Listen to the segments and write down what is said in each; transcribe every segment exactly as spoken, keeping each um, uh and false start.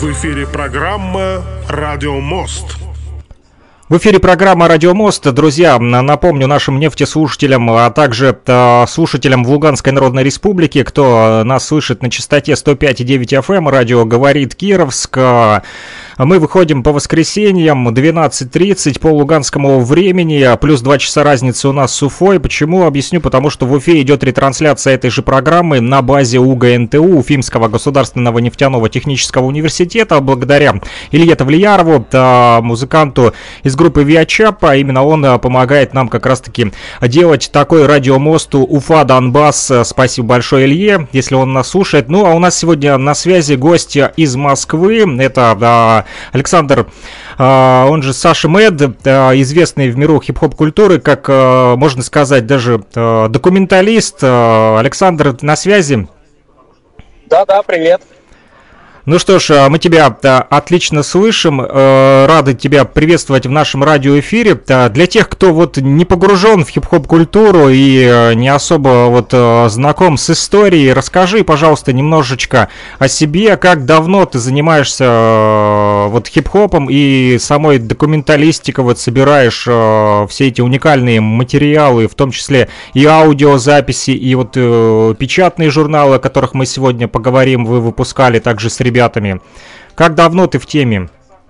В эфире программа «Радио Мост». В эфире программа «Радио Мост». Друзья, напомню нашим нефтеслушателям, а также э, слушателям в Луганской Народной Республике, кто нас слышит на частоте сто пять и девять эф эм, радио «Говорит Кировск». Мы выходим по воскресеньям двенадцать тридцать по луганскому времени, плюс два часа разницы у нас с Уфой. Почему? Объясню, потому что в Уфе идет ретрансляция этой же программы на базе УГНТУ, Уфимского государственного нефтяного технического университета, благодаря Илье Тавлиярову, музыканту из группы Виачап. Именно он помогает нам как раз-таки делать такой радиомост Уфа-Донбасс. Спасибо большое Илье, если он нас слушает. Ну, а у нас сегодня на связи гость из Москвы. Это Александр, он же Саша Мэд, известный в миру хип-хоп культуры, как, можно сказать, даже документалист. Александр, на связи? Да-да, привет. Ну что ж, мы тебя отлично слышим, рады тебя приветствовать в нашем радиоэфире. Для тех, кто вот не погружен в хип-хоп культуру и не особо вот знаком с историей, расскажи, пожалуйста, немножечко о себе, как давно ты занимаешься вот хип-хопом и самой документалистикой, вот собираешь все эти уникальные материалы, в том числе и аудиозаписи, и вот печатные журналы, о которых мы сегодня поговорим, вы выпускали также с ребятами. ребятами. Как давно ты в теме?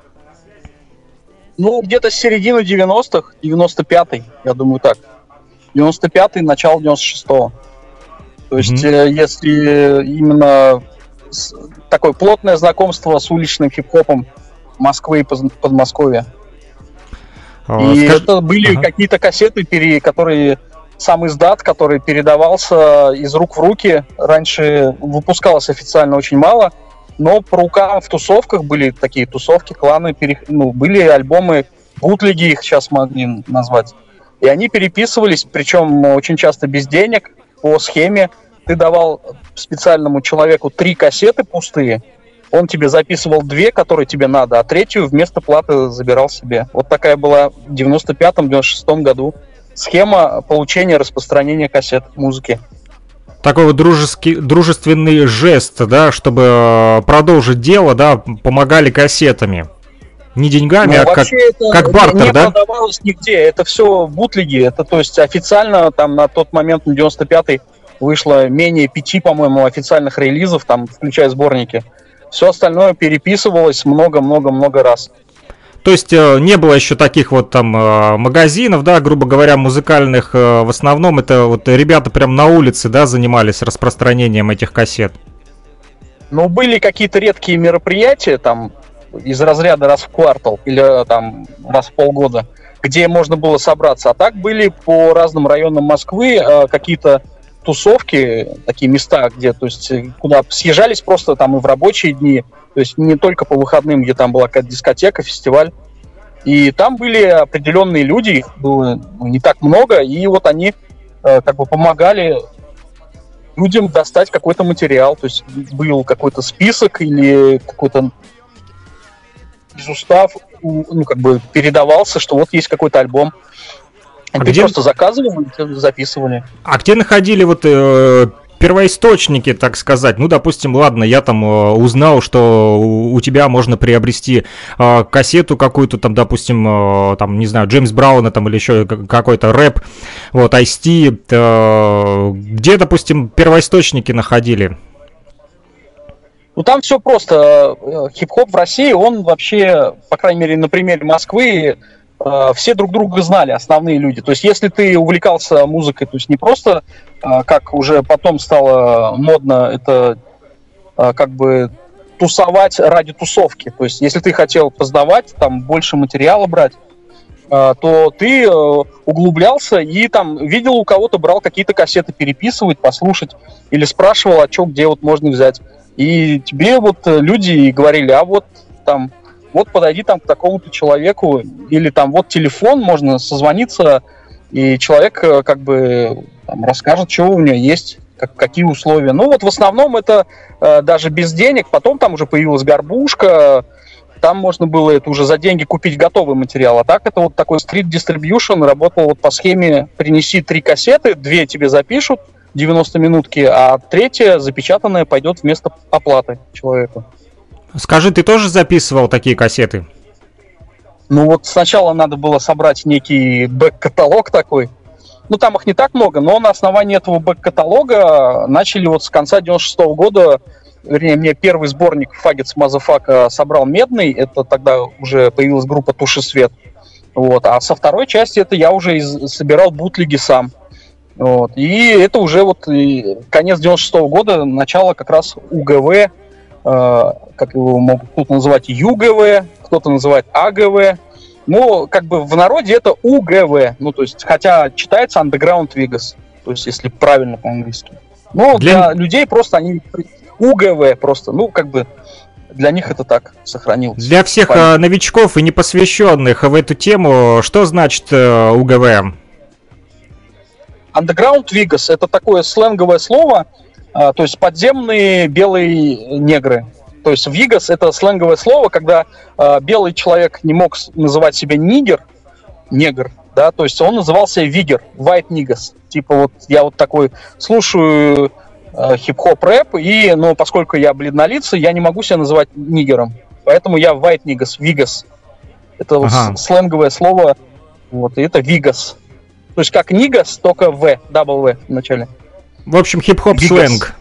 Ну, где-то с середины девяностых, девяносто пятый, я думаю так. девяносто пятый, начало девяносто шестого. То есть, mm-hmm. если именно такое плотное знакомство с уличным хип-хопом Москвы и Подмосковья. Oh, и скаж... это были uh-huh. какие-то кассеты, которые... Сам издат, который передавался из рук в руки. Раньше выпускалось официально очень мало. Но по рукам в тусовках были такие тусовки, кланы, пере... ну, были альбомы, бутлеги их сейчас могли назвать. И они переписывались, причем очень часто без денег, по схеме. Ты давал специальному человеку три кассеты пустые, он тебе записывал две, которые тебе надо, а третью вместо платы забирал себе. Вот такая была в девяносто пятом - девяносто шестом году схема получения, распространения кассет музыки. Такой вот дружеский, дружественный жест, да, чтобы продолжить дело, да, помогали кассетами. Не деньгами, ну, а как, как бартер, не да? Не продавалось нигде, это все бутлеги, это то есть официально там на тот момент, на девяносто пятый, вышло менее пяти, по-моему, официальных релизов, там, включая сборники. Все остальное переписывалось много-много-много раз. То есть не было еще таких вот там магазинов, да, грубо говоря, музыкальных. В основном это вот ребята прям на улице, да, занимались распространением этих кассет. Ну, были какие-то редкие мероприятия там из разряда раз в квартал или там раз в полгода, где можно было собраться. А так были по разным районам Москвы какие-то тусовки, такие места, где, то есть, куда съезжались просто там и в рабочие дни. То есть не только по выходным, где там была какая-то дискотека, фестиваль. И там были определенные люди, их было не так много, и вот они э, как бы помогали людям достать какой-то материал. То есть был какой-то список или какой-то устав, ну, как бы передавался, что вот есть какой-то альбом. А ты где... просто заказывал и записывали. А где находили вот... Э... первоисточники, так сказать? Ну, допустим, ладно, я там э, узнал, что у, у тебя можно приобрести э, кассету какую-то, там, допустим, э, там, не знаю, Джеймс Брауна там или еще какой-то рэп, вот, Ice-T. Э, где, допустим, первоисточники находили? Ну, там все просто. Хип-хоп в России, он вообще, по крайней мере, на примере Москвы, все друг друга знали, основные люди. То есть, если ты увлекался музыкой, то есть не просто, как уже потом стало модно, это как бы тусовать ради тусовки. То есть, если ты хотел познавать, там больше материала брать, то ты углублялся и там видел у кого-то, брал какие-то кассеты переписывать, послушать, или спрашивал, а что, где вот можно взять. И тебе вот люди говорили, а вот там... Вот подойди там к такому-то человеку, или там вот телефон, можно созвониться, и человек как бы там расскажет, что у него есть, как, какие условия. Ну вот в основном это э, даже без денег, потом там уже появилась горбушка, там можно было это уже за деньги купить готовый материал, а так это вот такой стрит-дистрибьюшн, работал вот по схеме принеси три кассеты, две тебе запишут, девяносто минутки, а третья запечатанная пойдет вместо оплаты человеку. Скажи, ты тоже записывал такие кассеты? Ну вот сначала надо было собрать некий бэк-каталог такой. Ну там их не так много, но на основании этого бэк-каталога начали вот с конца девяносто шестого года, вернее, мне первый сборник Faggots Motherfucker собрал Медный, это тогда уже появилась группа Туши Свет. Вот. А со второй части это я уже из- собирал бутлеги сам. Вот. И это уже вот и конец девяносто шестого года, начало как раз УГВ, э, как его могут кто-то называть ЮГВ, кто-то называет АГВ. Ну, как бы в народе это УГВ, ну, то есть, хотя читается Underground Vegas, то есть, если правильно по-английски. Но для, для людей просто они УГВ просто, ну, как бы для них это так сохранилось. Для всех э, новичков и непосвященных в эту тему, что значит э, УГВ? Underground Vegas — это такое сленговое слово, э, то есть подземные белые негры. То есть Vegas — это сленговое слово, когда э, белый человек не мог называть себя нигер, негр, да, то есть он назывался вигер, white niggas. Типа вот я вот такой слушаю э, хип-хоп рэп, и, ну, поскольку я бледнолицый, я не могу себя называть нигером. Поэтому я white niggas, Vegas. Это ага. сленговое слово, вот, и это Vegas. То есть как нигас, только В, дабл В в начале. В общем, хип-хоп Vegas. Сленг.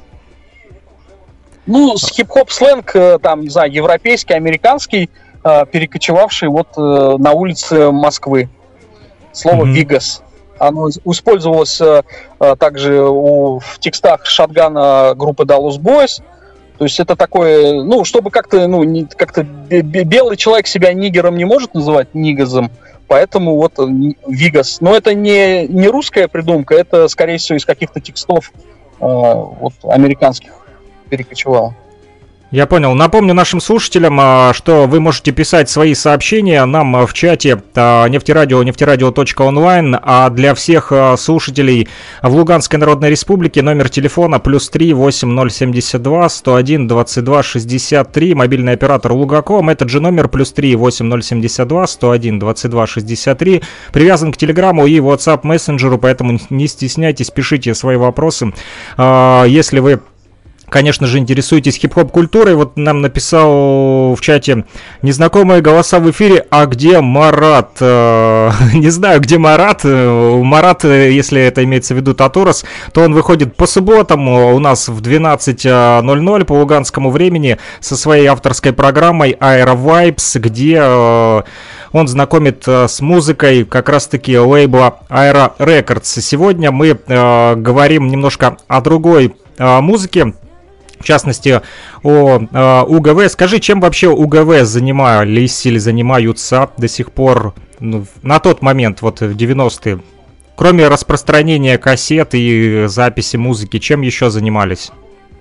Ну, с хип-хоп сленг, там, не знаю, европейский, американский, перекочевавший вот на улице Москвы. Слово mm-hmm. Vegas. Оно использовалось также у, в текстах шотгана группы Dallas Boys. То есть это такое, ну, чтобы как-то, ну, не, как-то белый человек себя нигером не может называть, нигазом, поэтому вот Vegas. Но это не, не русская придумка, это, скорее всего, из каких-то текстов вот, американских перекочевал. Я понял. Напомню нашим слушателям, что вы можете писать свои сообщения нам в чате нефтерадио, нефтерадио точка онлайн, а для всех слушателей в Луганской Народной Республике номер телефона плюс три восемь ноль семьдесят два сто один двадцать два шестьдесят три, мобильный оператор Лугаком, этот же номер плюс три восемь ноль семьдесят два сто один двадцать два шестьдесят три, привязан к Телеграмму и WhatsApp мессенджеру, поэтому не стесняйтесь, пишите свои вопросы. Если вы, конечно же, интересуетесь хип-хоп-культурой. Вот нам написал в чате незнакомые голоса в эфире. А где Марат? Не знаю, где Марат. Марат, если это имеется в виду Татурос, то он выходит по субботам у нас в двенадцать ноль ноль по луганскому времени со своей авторской программой Aero Vibes, где он знакомит с музыкой как раз-таки лейбла Aero Records. Сегодня мы говорим немножко о другой музыке, в частности, о э, УГВ. Скажи, чем вообще УГВ занимались или занимаются до сих пор, ну, на тот момент, вот в девяностые? Кроме распространения кассет и записи музыки, чем еще занимались?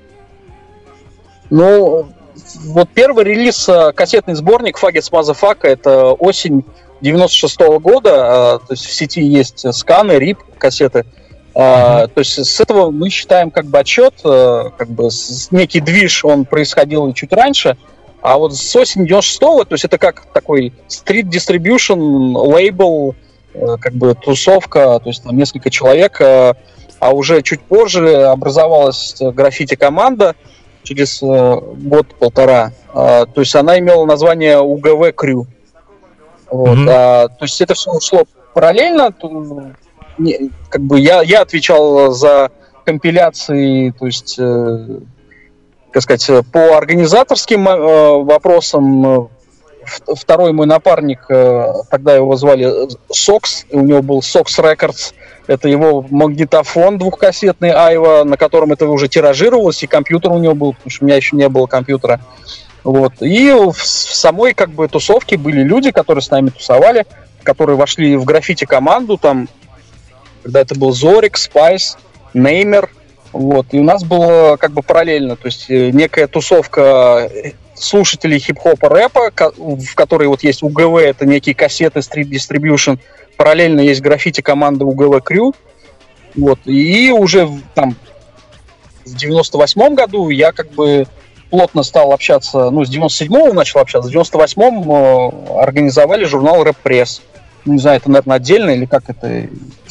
Ну, вот первый релиз, кассетный сборник Faggots Motherfucker, это осень девяносто шестого года. То есть в сети есть сканы, рип, кассеты. Uh, то есть с этого мы считаем как бы отсчет, uh, как бы с, некий движ, он происходил чуть раньше, а вот с осени девяносто шестого, то есть это как такой street distribution, лейбл, uh, как бы тусовка, то есть там несколько человек, uh, а уже чуть позже образовалась граффити-команда через uh, год-полтора, uh, то есть она имела название УГВ Крю. Вот, mm-hmm. uh, то есть это все шло параллельно. Не, как бы я, я отвечал за компиляции, то есть, э, как сказать, по организаторским э, вопросам. Второй мой напарник, э, тогда его звали Сокс, у него был Сокс Records, это его магнитофон двухкассетный Айва, на котором это уже тиражировалось, и компьютер у него был, потому что у меня еще не было компьютера. Вот. И в, в самой как бы тусовке были люди, которые с нами тусовали, которые вошли в граффити-команду, там, когда это был Зорик, Спайс, Неймер, вот, и у нас было как бы параллельно, то есть некая тусовка слушателей хип-хопа, рэпа, в которой вот есть УГВ, это некие кассеты, Street Distribution, параллельно есть граффити команда УГВ Крю, вот, и уже там в девяносто восьмом году я как бы плотно стал общаться, ну, с девяносто седьмого начал общаться, в девяносто восьмом э, организовали журнал Рэп Пресс, ну, не знаю, это, наверное, отдельно или как это...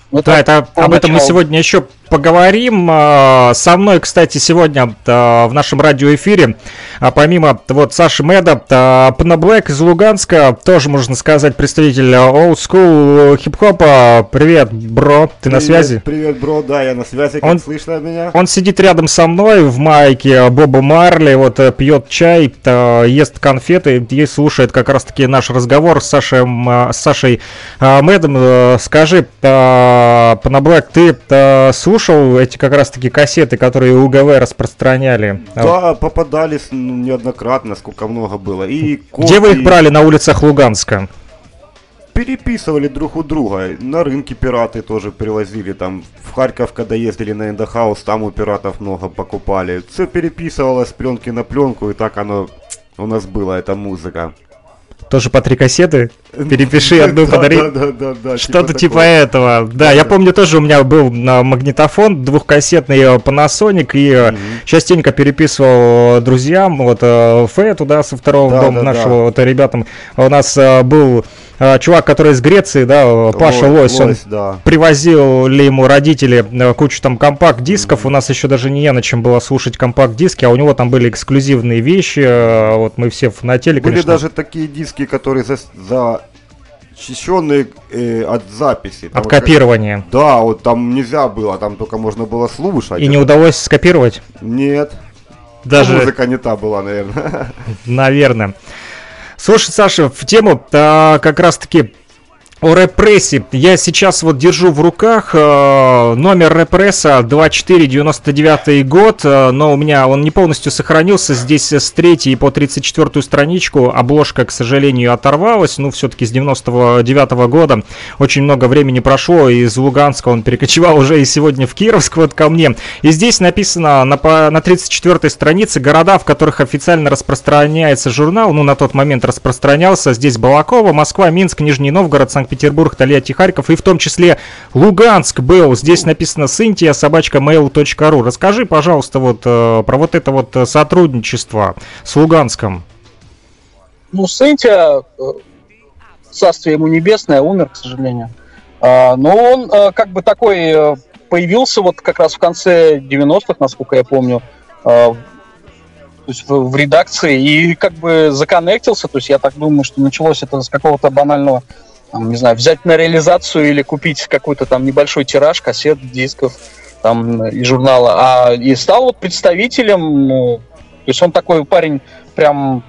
Это да, это, об этом мы сегодня еще поговорим. Со мной, кстати, сегодня в нашем радиоэфире, помимо вот Саши Мэда, Панаблэк из Луганска, тоже, можно сказать, представитель old school хип-хопа. Привет, бро, ты привет, на связи? Привет, бро, да, я на связи, как он, слышно меня? Он сидит рядом со мной в майке Боба Марли, вот пьет чай, ест конфеты и слушает как раз-таки наш разговор с Сашей, с Сашей Мэдом. Скажи, Панаблэк, ты слушал эти как раз-таки кассеты, которые УГВ распространяли? Да, попадались неоднократно, сколько много было. И копии... Где вы их брали на улицах Луганска? Переписывали друг у друга. На рынке пираты тоже привозили. Там в Харьков, когда ездили на Индохаус, там у пиратов много покупали. Все переписывалось с пленки на пленку, и так оно у нас было, эта музыка. Тоже по три кассеты? Перепиши одну, подари. Да, да, да, да. Что-то типа этого. Да, я помню, тоже у меня был магнитофон двухкассетный Panasonic, и частенько переписывал друзьям, вот Фэ туда со второго дома нашего, вот ребятам. У нас был чувак, который из Греции, да, Паша Лось, он привозил ли ему родители кучу там компакт-дисков, у нас еще даже не на чем было слушать компакт-диски, а у него там были эксклюзивные вещи, вот мы все фанатели, конечно. Были даже такие диски, которые за, защищенные э, от записи. От вот копирования. Как, да, вот там нельзя было, там только можно было слушать. И это... не удалось скопировать? Нет. Даже... Ну, музыка не та была, наверное. Наверное. Слушай, Саша, в тему а, как раз-таки о рэп-прессе. Я сейчас вот держу в руках э, номер рэп-пресса двадцать четыре девяносто девятый год, э, но у меня он не полностью сохранился. Здесь с третьей по тридцать четвёртую страничку обложка, к сожалению, оторвалась. Ну, все-таки с девяносто девятого года очень много времени прошло. Из Луганска он перекочевал уже и сегодня в Кировск вот ко мне. И здесь написано на, на тридцать четвёртой странице города, в которых официально распространяется журнал. Ну, на тот момент распространялся. Здесь Балаково, Москва, Минск, Нижний Новгород, Санкт Петербург, Тольятти, Харьков, и в том числе Луганск был. Здесь написано синтия собака мейл точка ру. Расскажи, пожалуйста, вот э, про вот это вот сотрудничество с Луганском. Ну, Синтия, царствие ему небесное, умер, к сожалению. А, но он а, как бы такой появился вот как раз в конце девяностых, насколько я помню, а, то есть в, в редакции, и как бы законнектился. То есть я так думаю, что началось это с какого-то банального, там, не знаю, взять на реализацию или купить какой-то там небольшой тираж кассет, дисков там и журнала, а и стал вот представителем. Ну, то есть он такой парень прям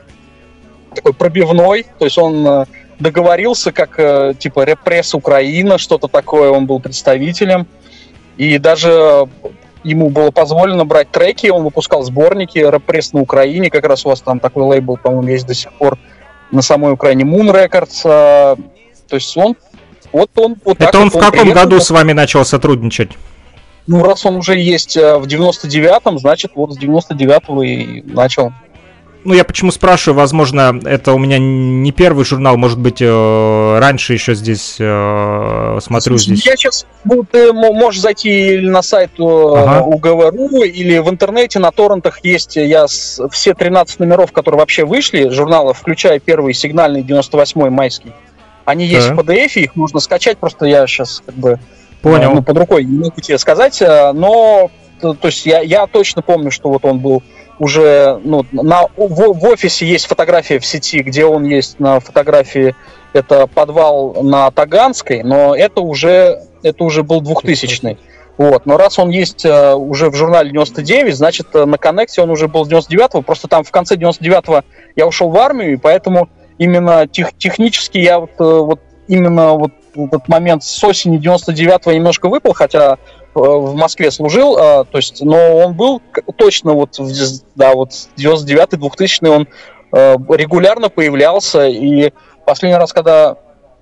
такой пробивной, то есть он договорился как типа рэп-пресс Украина, что-то такое, он был представителем, и даже ему было позволено брать треки, он выпускал сборники рэп-пресс на Украине, как раз у вас там такой лейбл, по-моему, есть до сих пор на самой Украине, Moon Records. А, то есть он, вот он, вот это так он вот в он каком приехал, году с вами начал сотрудничать? Ну, раз он уже есть в девяносто девятом, значит, вот с девяносто девятого и начал. Ну, я почему спрашиваю, возможно, это у меня не первый журнал, может быть, раньше еще здесь э, смотрю. Слушай, здесь. Я сейчас, ну, ты можешь зайти на сайт ага. УГВ.ру или в интернете на торрентах есть, я с, все тринадцать номеров, которые вообще вышли, журнала, включая первый сигнальный девяносто восьмой майский, они есть да. в пи ди эф, их можно скачать, просто я сейчас как бы Понял. Ну, под рукой не могу тебе сказать, но то, то есть я, я точно помню, что вот он был уже, ну, на, в, в офисе есть фотография в сети, где он есть на фотографии, это подвал на Таганской, но это уже, это уже был двухтысячный. Вот. Но раз он есть uh, уже в журнале девяносто девять, значит, uh, на коннекте он уже был с девяносто девятого, просто там в конце девяносто девятого я ушел в армию, и поэтому именно тех, технически я вот, uh, вот именно вот в этот момент с осени девяносто девятого немножко выпал, хотя в Москве служил, а, то есть, но он был точно вот, да, вот девяносто девятый двухтысячный он а, регулярно появлялся, и последний раз, когда,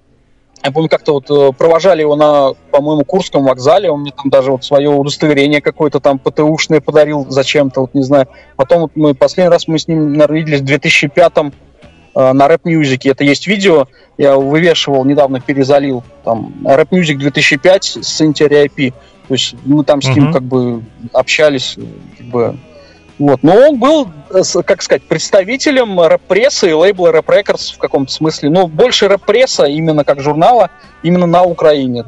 я помню, как-то вот провожали его на, по-моему, Курском вокзале, он мне там даже вот свое удостоверение какое-то там ПТУшное подарил зачем-то, вот не знаю. Потом вот мы, последний раз мы с ним, наверное, виделись в две тысячи пятом на Rap Music, это есть видео, я вывешивал, недавно перезалил, там, Rap Music две тысячи пять с Inter ай пи, то есть мы там с ним uh-huh. как бы общались, как бы, вот, но он был, как сказать, представителем рэп-прессы и лейбла Rap Records в каком-то смысле, но больше рэп-пресса именно как журнала, именно на Украине.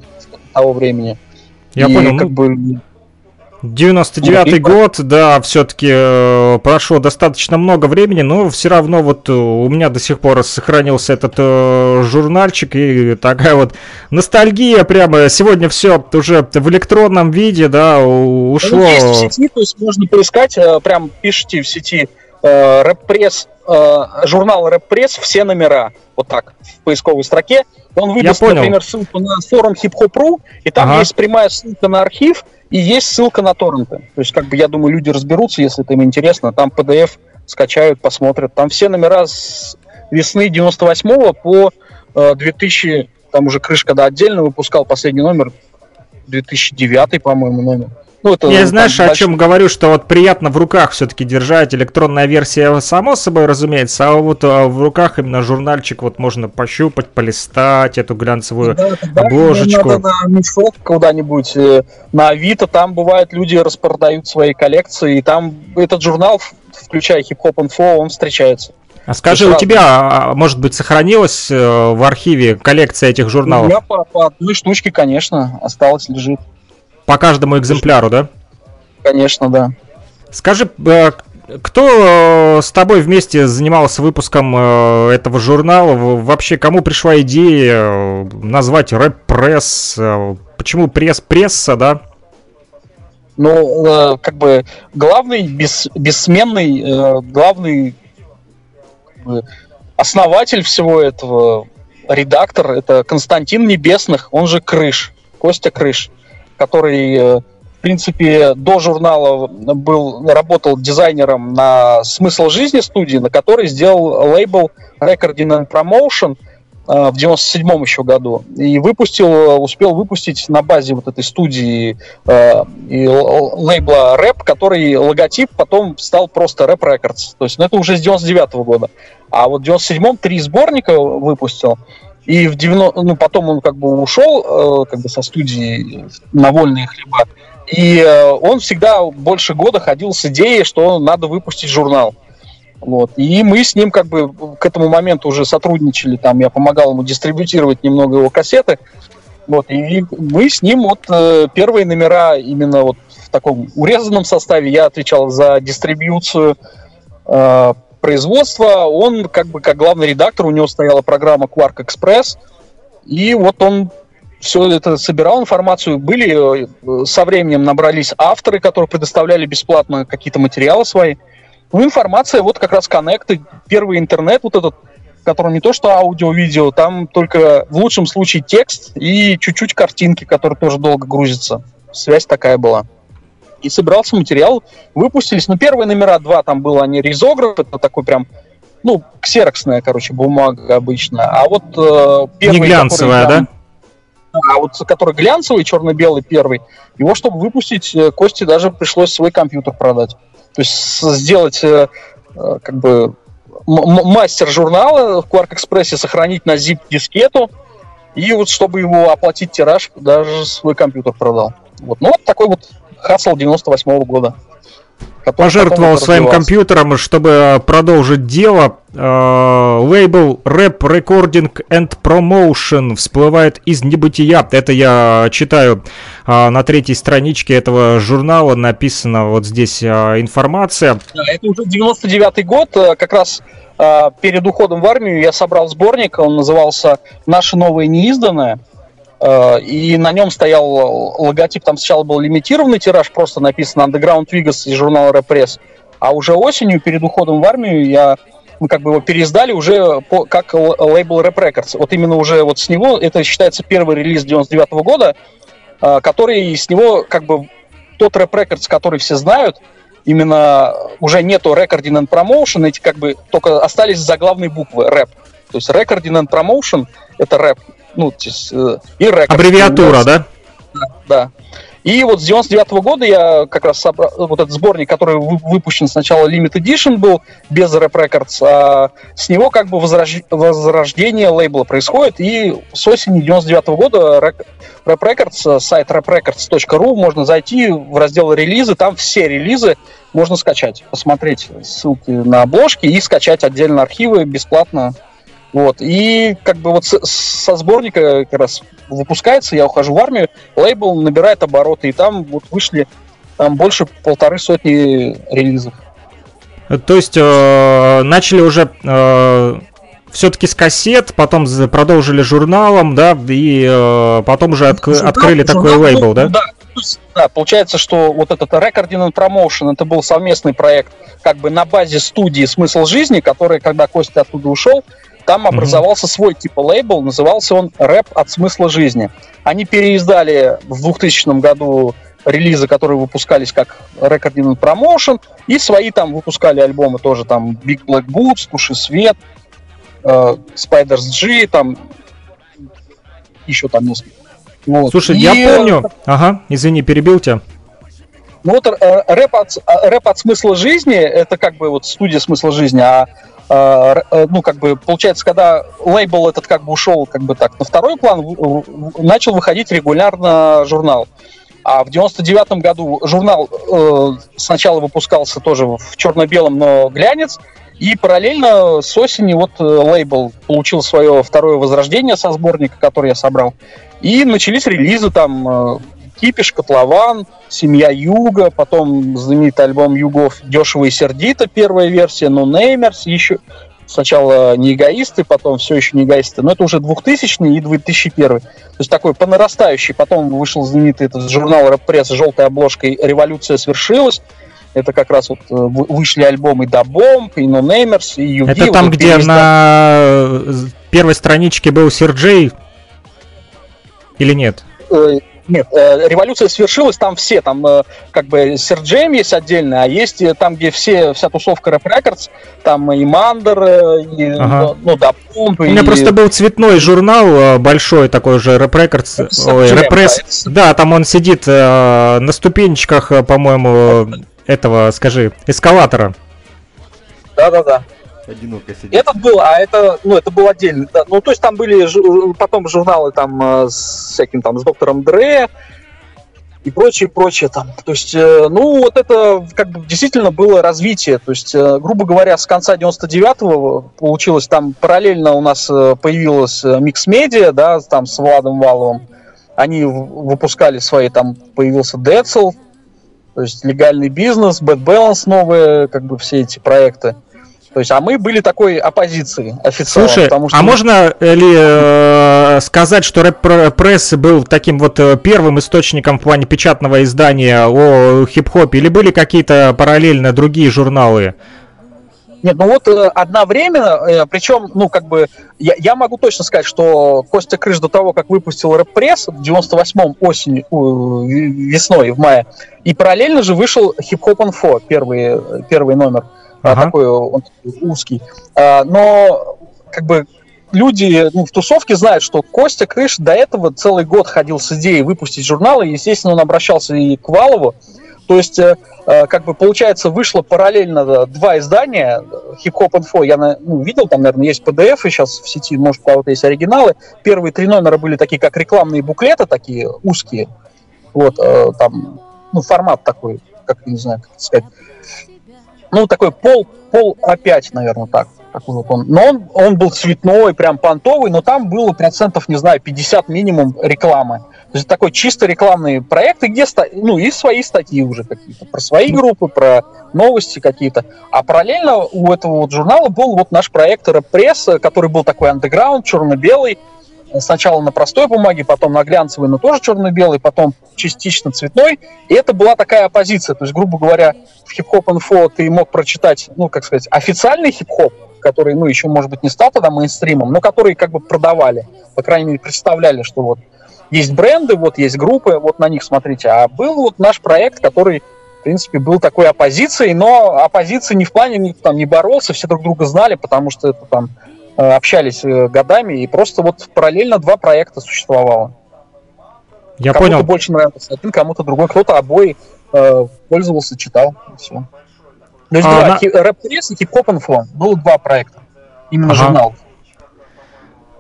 того времени. Я и понял. Как ну... бы... девяносто девятый год, да, все-таки э, прошло достаточно много времени, но все равно вот у меня до сих пор сохранился этот э, журнальчик, и такая вот ностальгия прямо. Сегодня все уже в электронном виде, да, ушло. Ну, есть в сети, то есть можно поискать, э, прям пишите в сети э, рэп-пресс, э, журнал рэп-пресс, все номера, вот так, в поисковой строке. Он выдаст, например, ссылку на форум хип-хоп.ру, и там ага. есть прямая ссылка на архив, и есть ссылка на торренты. То есть, как бы, я думаю, люди разберутся, если это им интересно. Там пи ди эф скачают, посмотрят. Там все номера с весны девяносто восьмого по э, две тысячи... Там уже Крыш, когда отдельно выпускал последний номер, две тысячи девятый, по-моему, номер. Ну, это, я, знаешь, там, о большой... чем говорю, что вот приятно в руках все-таки держать. Электронная версия, само собой, разумеется, а вот а в руках именно журнальчик вот можно пощупать, полистать эту глянцевую да, обложечку. Да, надо на мешок куда-нибудь, э, на Авито, там бывает люди распродают свои коллекции, и там этот журнал, включая хип-хоп-инфо, он встречается. А скажи, у тебя, может быть, сохранилась в архиве коллекция этих журналов? У меня по, по одной штучке, конечно, осталось, лежит. По каждому экземпляру, да? Конечно, да. Скажи, кто с тобой вместе занимался выпуском этого журнала? Вообще, кому пришла идея назвать рэп-пресс? Почему пресс-пресса, да? Ну, как бы главный, бес, бессменный, главный как бы, основатель всего этого, редактор, это Константин Небесных, он же Крыш, Костя Крыш, который, в принципе, до журнала был, работал дизайнером на «Смысл жизни» студии, на которой сделал лейбл Recording and Promotion в девяносто седьмом еще году. И выпустил, успел выпустить на базе вот этой студии э, и лейбла Рэп, который логотип потом стал просто Рэп Records. То есть, ну, это уже с девяносто девятого года. А вот в девяносто седьмом три сборника выпустил. И в девяностом, ну, потом он как бы ушел э, как бы со студии на вольные хлеба. И э, он всегда больше года ходил с идеей, что надо выпустить журнал. Вот. И мы с ним как бы к этому моменту уже сотрудничали. Там я помогал ему дистрибьютировать немного его кассеты. Вот. И мы с ним вот э, первые номера именно вот в таком урезанном составе. Я отвечал за дистрибьюцию, э, производства. Он как бы как главный редактор, у него стояла программа Quark Express. И вот он все это собирал информацию. Были, со временем набрались авторы, которые предоставляли бесплатно какие-то материалы свои. Ну, информация, вот как раз коннекты, первый интернет, вот этот, в котором не то что аудио-видео, там только в лучшем случае текст и чуть-чуть картинки, которые тоже долго грузятся. Связь такая была. И собирался материал, выпустились. Ну, первые номера два, там было они ризограф, это такой прям, ну, ксероксная, короче, бумага обычно. А вот э, первый... Не глянцевая, который, да? А вот который глянцевый, черно-белый первый, его, чтобы выпустить, Косте даже пришлось свой компьютер продать. То есть сделать э, как бы м- мастер журнала в Quark Express, сохранить на zip-дискету, и вот чтобы его оплатить тираж, даже свой компьютер продал. Вот. Ну вот такой вот хасл девяносто восьмого года. Пожертвовал своим компьютером, чтобы продолжить дело. Лейбл Rap Recording and Promotion всплывает из небытия. Это я читаю на третьей страничке этого журнала. Написана вот здесь информация. Это уже девяносто девятый год. Как раз перед уходом в армию я собрал сборник. Он назывался «Наше новое неизданное». И на нем стоял логотип, там сначала был лимитированный тираж, просто написано Underground Vegas из журнала Rap Press, а уже осенью, перед уходом в армию, я, мы как бы его переиздали уже по, как лейбл Rap Records. Вот именно уже вот с него, это считается первый релиз девяносто девятого года, который с него как бы тот Rap Records, который все знают, именно уже нету Recording and Promotion, эти как бы только остались заглавные буквы Rap. То есть Recording and Promotion — это рэп. Ну, и рекорд. Аббревиатура, да? Да, да. И вот с девяносто девятого года я как раз собрал вот этот сборник, который выпущен сначала Limited Edition был, без Rap Records, а с него как бы возрож... возрождение лейбла происходит, и с осени девяносто девятого года Rap Records, сайт рэп рекордс точка ру, можно зайти в раздел релизы, там все релизы можно скачать, посмотреть ссылки на обложки и скачать отдельно архивы бесплатно. Вот. И как бы вот с, со сборника как раз выпускается, я ухожу в армию, лейбл набирает обороты, и там вот вышли там больше полторы сотни релизов. То есть э, начали уже э, все-таки с кассет, потом продолжили журналом, да, и э, потом уже отк- журнал, открыли журнал, такой лейбл, был, да? Да, да, получается, что вот этот Recording and Promotion, это был совместный проект как бы на базе студии «Смысл жизни», который, когда Костя оттуда ушел, там образовался mm-hmm. свой типа лейбл, назывался он «Рэп от смысла жизни». Они переиздали в двухтысячном году релизы, которые выпускались как Recording and Promotion, и свои там выпускали альбомы тоже, там Big Black Boots, Туши Свет, э, Spiders G, там еще там несколько. Вот. Слушай, и... я помню, ага, извини, перебил тебя. Ну вот э, рэп, от, рэп от смысла жизни, это как бы вот студия «Смысла жизни», а э, ну как бы получается, когда лейбл этот как бы ушел как бы так на второй план, в, в, начал выходить регулярно журнал. А в девяносто девятом году журнал э, сначала выпускался тоже в черно-белом, но глянец, и параллельно с осени вот э, лейбл получил свое второе возрождение со сборника, который я собрал, и начались релизы там э, Кипиш, Котлован, Семья Юга, потом знаменитый альбом Югов «Дешево и сердито», первая версия, No Namers, еще сначала не эгоисты, потом все еще не эгоисты, но это уже двухтысячный и две тысячи первый. То есть такой по нарастающей. Потом вышел знаменитый этот журнал «Рэп-пресс» с желтой обложкой «Революция свершилась». Это как раз вот вышли альбомы «Да Бомб», и No Namers, и Юги. Это там, вот где переиздан... на первой страничке был Серджей или нет? Нет, «Революция свершилась», там все, там как бы Серджейм есть отдельно, а есть там, где все, вся тусовка Рэп Рекордс, там и Мандер, и, ага. ну да, Помп. У меня и... просто был цветной журнал, большой такой же, Рэп Рекордс, Рэп Пресс, да, да, там он сидит э, на ступенечках, по-моему, этого, скажи, эскалатора. Да-да-да. Этот был, а это, ну, это был отдельный. Да. Ну, то есть там были ж, потом журналы там с всяким там с доктором Дре и прочее, прочее там. То есть, э, ну, вот это как бы действительно было развитие. То есть, э, грубо говоря, с конца девяносто девятого получилось там параллельно у нас появилась Mix Media, да, там с Владом Валовым. Они выпускали свои, там появился Децл, то есть легальный бизнес, Bad Balance новые, как бы все эти проекты. То есть, а мы были такой оппозицией официально. Слушай, потому что а мы... можно ли э, сказать, что Рэп-пресс был таким вот первым источником в плане печатного издания о хип-хопе, или были какие-то параллельно другие журналы? Нет, ну вот э, одновременно, э, причем, ну как бы, я, я могу точно сказать, что Костя Крыш до того, как выпустил Рэп-пресс в девяносто восьмом осенью, э, весной, в мае, и параллельно же вышел Хип-хоп Инфо, первый, первый номер. Ага. Такой он узкий. А, но как бы люди ну, в тусовке знают, что Костя Крыш до этого целый год ходил с идеей выпустить журналы, и, естественно, он обращался и к Валову. То есть, э, как бы, получается, вышло параллельно два издания. Хип-хоп Инфо, я ну, видел, там, наверное, есть пи ди эф сейчас в сети, может, у кого-то есть оригиналы. Первые три номера были такие, как рекламные буклеты, такие узкие. Вот, э, там, ну, формат такой, как, не знаю, как сказать. Ну, такой пол, пол опять, наверное, так. Такой вот он. Но он, он был цветной, прям понтовый, но там было процентов, не знаю, пятьдесят минимум рекламы. То есть такой чисто рекламный проект, где ну, и свои статьи уже какие-то, про свои группы, про новости какие-то. А параллельно у этого вот журнала был вот наш проект Рэп-пресс, который был такой андеграунд, черно-белый. Сначала на простой бумаге, потом на глянцевой, но тоже черно-белый, потом частично цветной. И это была такая оппозиция. То есть, грубо говоря, в Хип-хоп Инфо ты мог прочитать, ну, как сказать, официальный хип-хоп, который, ну, еще, может быть, не стал тогда мейнстримом, но который как бы продавали. По крайней мере, представляли, что вот есть бренды, вот есть группы, вот на них смотрите. А был вот наш проект, который, в принципе, был такой оппозицией, но оппозиция не в плане, никто там не боролся, все друг друга знали, потому что это там общались годами, и просто вот параллельно два проекта существовало. Я кому-то понял. Больше нравился один, кому-то другой, кто-то обои э, пользовался, читал, и все. То есть а, два, на... Рэп-пресс и Хип-хоп Инфо. Было два проекта, именно ага. журнал.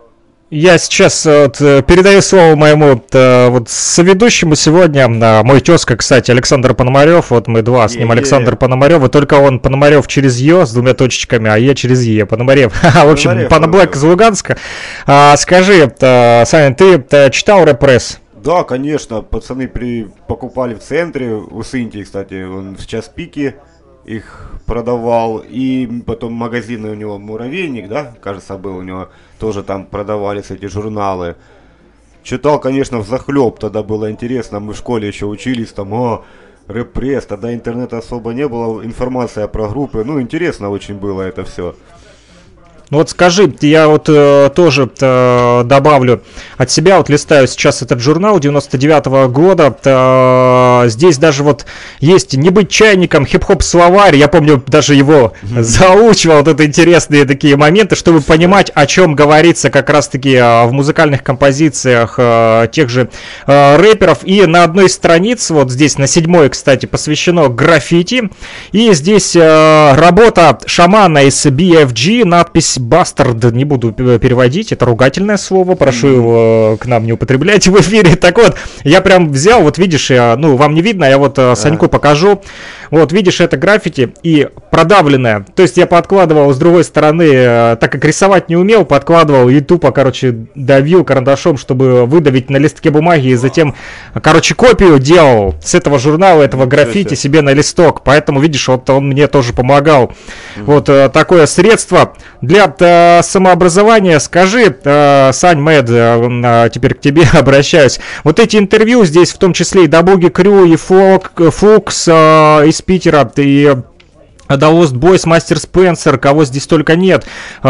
Я сейчас вот, передаю слово моему вот, соведущему сегодня. Мой тезка, кстати, Александр Пономарев. Вот мы два с ним, Александр Пономарев. И только он Пономарев через Ё с двумя точечками, а я через Е. Пономарев. В общем, Паноблэк из Луганска. А, скажи, Саня, ты читал Рэп-пресс? Да, конечно. Пацаны при... покупали в центре. У Синтии, кстати, он в час пики их продавал. И потом магазины у него «Муравейник», да, кажется, был у него. Тоже там продавались эти журналы. Читал, конечно, взахлеб, тогда было интересно. Мы в школе еще учились, там, о, Рэп-пресс, тогда интернета особо не было, информация про группы. Ну, интересно очень было это все. Ну вот скажи, я вот э, тоже э, добавлю от себя, вот листаю сейчас этот журнал девяносто девятого года, э, здесь даже вот есть «Не быть чайником», хип-хоп словарь, я помню, даже его mm-hmm. заучивал, вот это интересные такие моменты, чтобы понимать, о чем говорится как раз-таки э, в музыкальных композициях э, тех же э, рэперов, и на одной из страниц, вот здесь на седьмой, кстати, посвящено граффити, и здесь э, работа шамана из би эф джи, надпись «Бастард», не буду переводить, это ругательное слово, прошу его к нам не употреблять в эфире. Так вот, я прям взял, вот видишь, я, ну, вам не видно, я вот Саньку покажу. Вот, видишь, это граффити и продавленное. То есть я подкладывал с другой стороны, так как рисовать не умел, подкладывал и тупо, короче, давил карандашом, чтобы выдавить на листке бумаги, и затем, короче, копию делал с этого журнала, этого граффити себе на листок. Поэтому, видишь, вот он мне тоже помогал. Mm-hmm. Вот такое средство для самообразования. Скажи, Сань Мэд, теперь к тебе обращаюсь. Вот эти интервью здесь, в том числе и Дабуги Крю, и Фок, Фукс из Питера, и The Lost Boys, Мастер Спенсер, кого здесь только нет.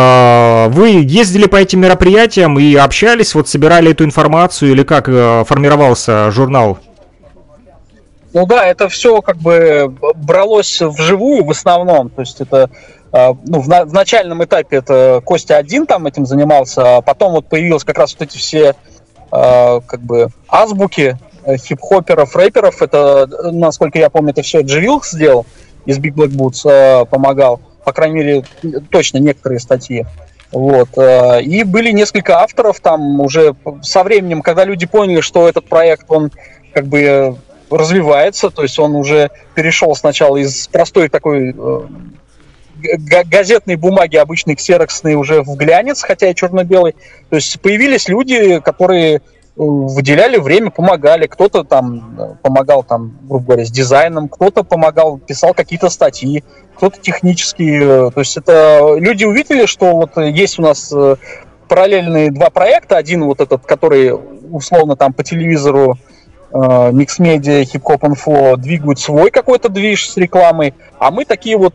Вы ездили по этим мероприятиям и общались, вот собирали эту информацию, или как формировался журнал? Ну да, это все как бы бралось вживую в основном, то есть это ну, в, на, в начальном этапе это Костя один там этим занимался, а потом вот появились как раз вот эти все э, как бы азбуки э, хип-хоперов, рэперов. Это, насколько я помню, это все Дживилх сделал, из Big Black Boots э, помогал, по крайней мере, точно некоторые статьи. Вот. Э, и были несколько авторов там уже со временем, когда люди поняли, что этот проект, он как бы развивается, то есть он уже перешел сначала из простой такой... Э, газетной бумаги, обычной ксероксной, уже в глянец, хотя и черно-белый. То есть появились люди, которые выделяли время, помогали. Кто-то там помогал, там, грубо говоря, с дизайном, кто-то помогал, писал какие-то статьи, кто-то технические. То есть это люди увидели, что вот есть у нас параллельные два проекта. Один вот этот, который условно там по телевизору Микс-медиа, Хип-хоп-инфо двигают свой какой-то движ с рекламой, а мы такие вот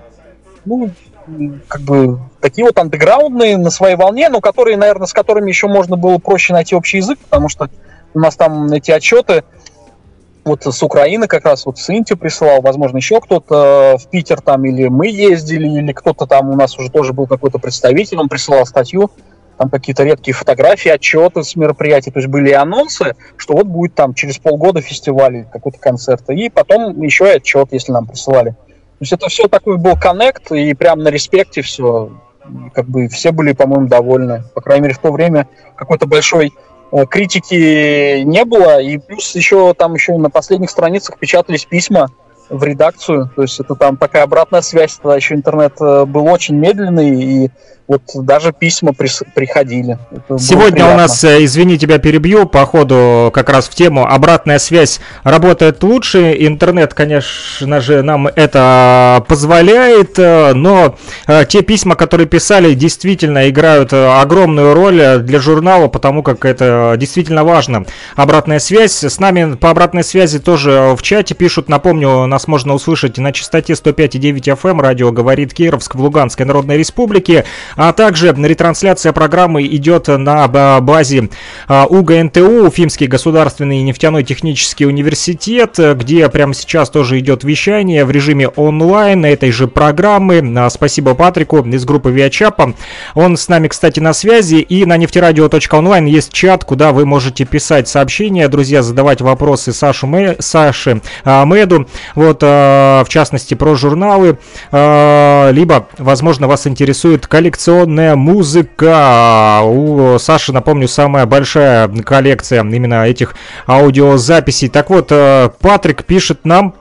ну, как бы, такие вот андеграундные на своей волне, но которые, наверное, с которыми еще можно было проще найти общий язык, потому что у нас там эти отчеты вот с Украины как раз, вот Синти присылал, возможно, еще кто-то в Питер там, или мы ездили, или кто-то там у нас уже тоже был какой-то представитель, он присылал статью, там какие-то редкие фотографии, отчеты с мероприятий, то есть были анонсы, что вот будет там через полгода фестиваль, какой-то концерт, и потом еще и отчет, если нам присылали. То есть это все такой был коннект, и прям на респекте все, как бы все были, по-моему, довольны. По крайней мере, в то время какой-то большой э, критики не было, и плюс еще там еще на последних страницах печатались письма в редакцию, то есть это там такая обратная связь, тогда еще интернет был очень медленный, и вот даже письма прис- приходили. Это Сегодня у нас, извини, тебя перебью, по ходу как раз в тему, обратная связь работает лучше, интернет, конечно же, нам это позволяет, но те письма, которые писали, действительно играют огромную роль для журнала, потому как это действительно важно. Обратная связь, с нами по обратной связи тоже в чате пишут, напомню, нас можно услышать на частоте сто пять и девять эф эм, радио «Говорит Кировск» в Луганской Народной Республике, а также ретрансляция программы идет на базе УГНТУ, Уфимский государственный нефтяной технический университет, где прямо сейчас тоже идет вещание в режиме онлайн этой же программы. Спасибо Патрику из группы Виачапа. Он с нами, кстати, на связи. И на нефтерадио точка онлайн есть чат, куда вы можете писать сообщения, друзья, задавать вопросы Сашу Мэ... Саше Мэду. вот, в частности, про журналы, либо, возможно, вас интересует коллекционная музыка. У Саши, напомню, самая большая коллекция именно этих аудиозаписей. Так вот, Патрик пишет нам,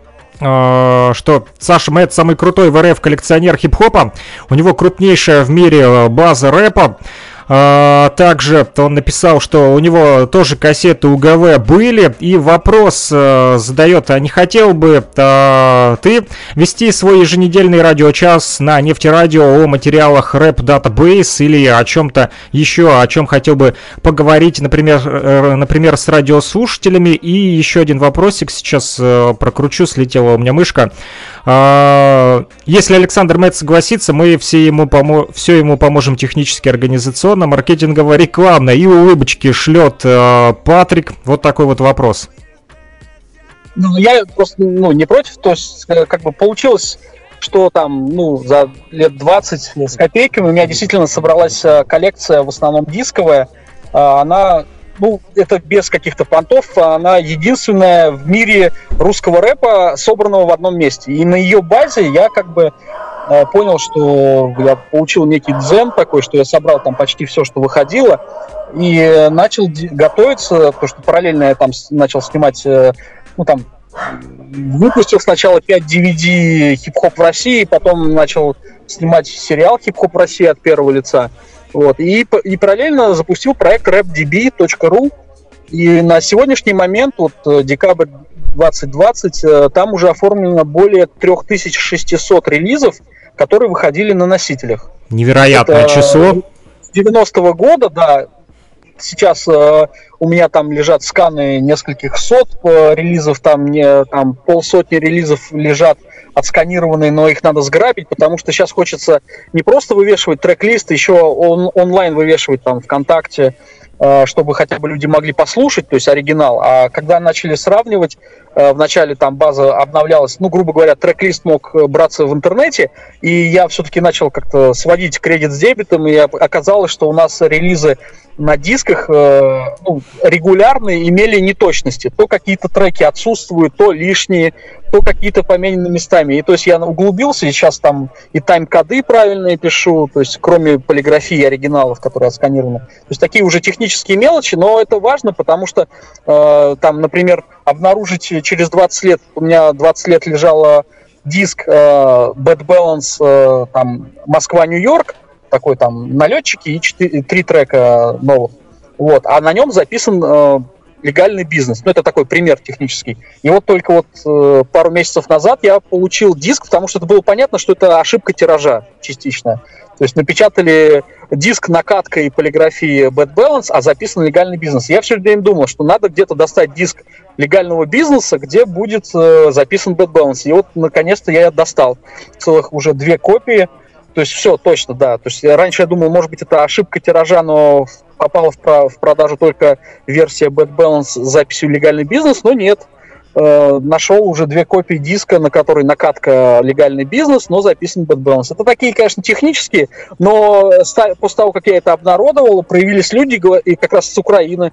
что Саша Мэтт самый крутой в РФ коллекционер хип-хопа. У него крупнейшая в мире база рэпа. А, также он написал, что у него тоже кассеты УГВ были. И вопрос а, задает: а не хотел бы а, ты вести свой еженедельный радиочас на Нефтерадио о материалах Рэп Database или о чем-то еще, о чем хотел бы поговорить, например, э, например, с радиослушателями? И еще один вопросик сейчас э, прокручу, слетела у меня мышка. А, если Александр Мэтт согласится, мы все ему, помо- все ему поможем технически, организационно, маркетингово, рекламно. И улыбочки шлет э, Патрик. Вот такой вот вопрос. Ну, я просто ну, не против, то есть как бы получилось, что там, ну, за лет двадцать с копейками у меня действительно собралась коллекция, в основном дисковая. Она, ну, это без каких-то понтов, она единственная в мире русского рэпа, собранного в одном месте. И на ее базе я как бы понял, что я получил некий дзен такой, что я собрал там почти все, что выходило, и начал готовиться, потому что параллельно я там начал снимать, ну там, выпустил сначала пять ди ви ди «Хип-хоп в России», потом начал снимать сериал «Хип-хоп в России» от первого лица, вот, и, и параллельно запустил проект рэп ди би точка ру, и на сегодняшний момент, вот декабрь двадцать двадцать, там уже оформлено более три тысячи шестьсот релизов, которые выходили на носителях. Невероятное это число. С девяностого года, да. Сейчас э, у меня там лежат сканы нескольких сот э, релизов, там, не, там полсотни релизов лежат отсканированные, но их надо сграбить, потому что сейчас хочется не просто вывешивать трек-лист, еще он, онлайн вывешивать там ВКонтакте, э, чтобы хотя бы люди могли послушать, то есть оригинал. А когда начали сравнивать, э, вначале там база обновлялась, ну, грубо говоря, трек-лист мог браться в интернете, и я все-таки начал как-то сводить кредит с дебетом, и оказалось, что у нас релизы на дисках э, ну, регулярные имели неточности. То какие-то треки отсутствуют, то лишние, то какие-то поменены местами. И то есть я углубился, и сейчас там и тайм-коды правильные пишу, то есть кроме полиграфии оригиналов, которые отсканированы. То есть такие уже технические мелочи, но это важно, потому что э, там, например, обнаружить через двадцать лет, у меня двадцать лет лежал диск э, Bad Balance, э, там, Москва-Нью-Йорк, такой там налетчики и четыре, три трека новых. Вот. А на нем записан э, легальный бизнес. Ну, это такой пример технический. И вот только вот э, пару месяцев назад я получил диск, потому что это было понятно, что это ошибка тиража частичная. То есть напечатали диск накаткой полиграфии Bad Balance, а записан легальный бизнес. Я все время думал, что надо где-то достать диск легального бизнеса, где будет э, записан Bad Balance. И вот наконец-то я достал целых уже две копии. То есть все, точно, да. То есть раньше я думал, может быть, это ошибка тиража, но попала в, про- в продажу только версия Bad Balance с записью «Легальный бизнес», но нет. Э, нашел уже две копии диска, на которой накатка «Легальный бизнес», но записан Bad Balance. Это такие, конечно, технические, но после того, как я это обнародовал, проявились люди, и как раз с Украины,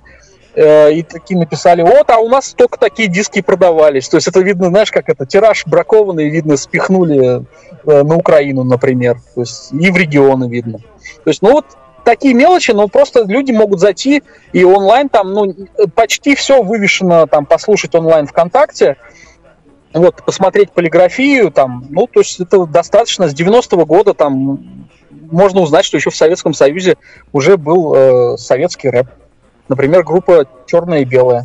и такие написали: вот, а у нас только такие диски продавались. То есть это видно, знаешь, как это, тираж бракованный, видно, спихнули на Украину, например. То есть и в регионы видно. То есть, ну вот, такие мелочи, но просто люди могут зайти и онлайн там, ну, почти все вывешено, там, послушать онлайн ВКонтакте, вот, посмотреть полиграфию, там, ну, то есть это достаточно. С девяностого года там можно узнать, что еще в Советском Союзе уже был э, советский рэп. Например, группа «Черное и белое».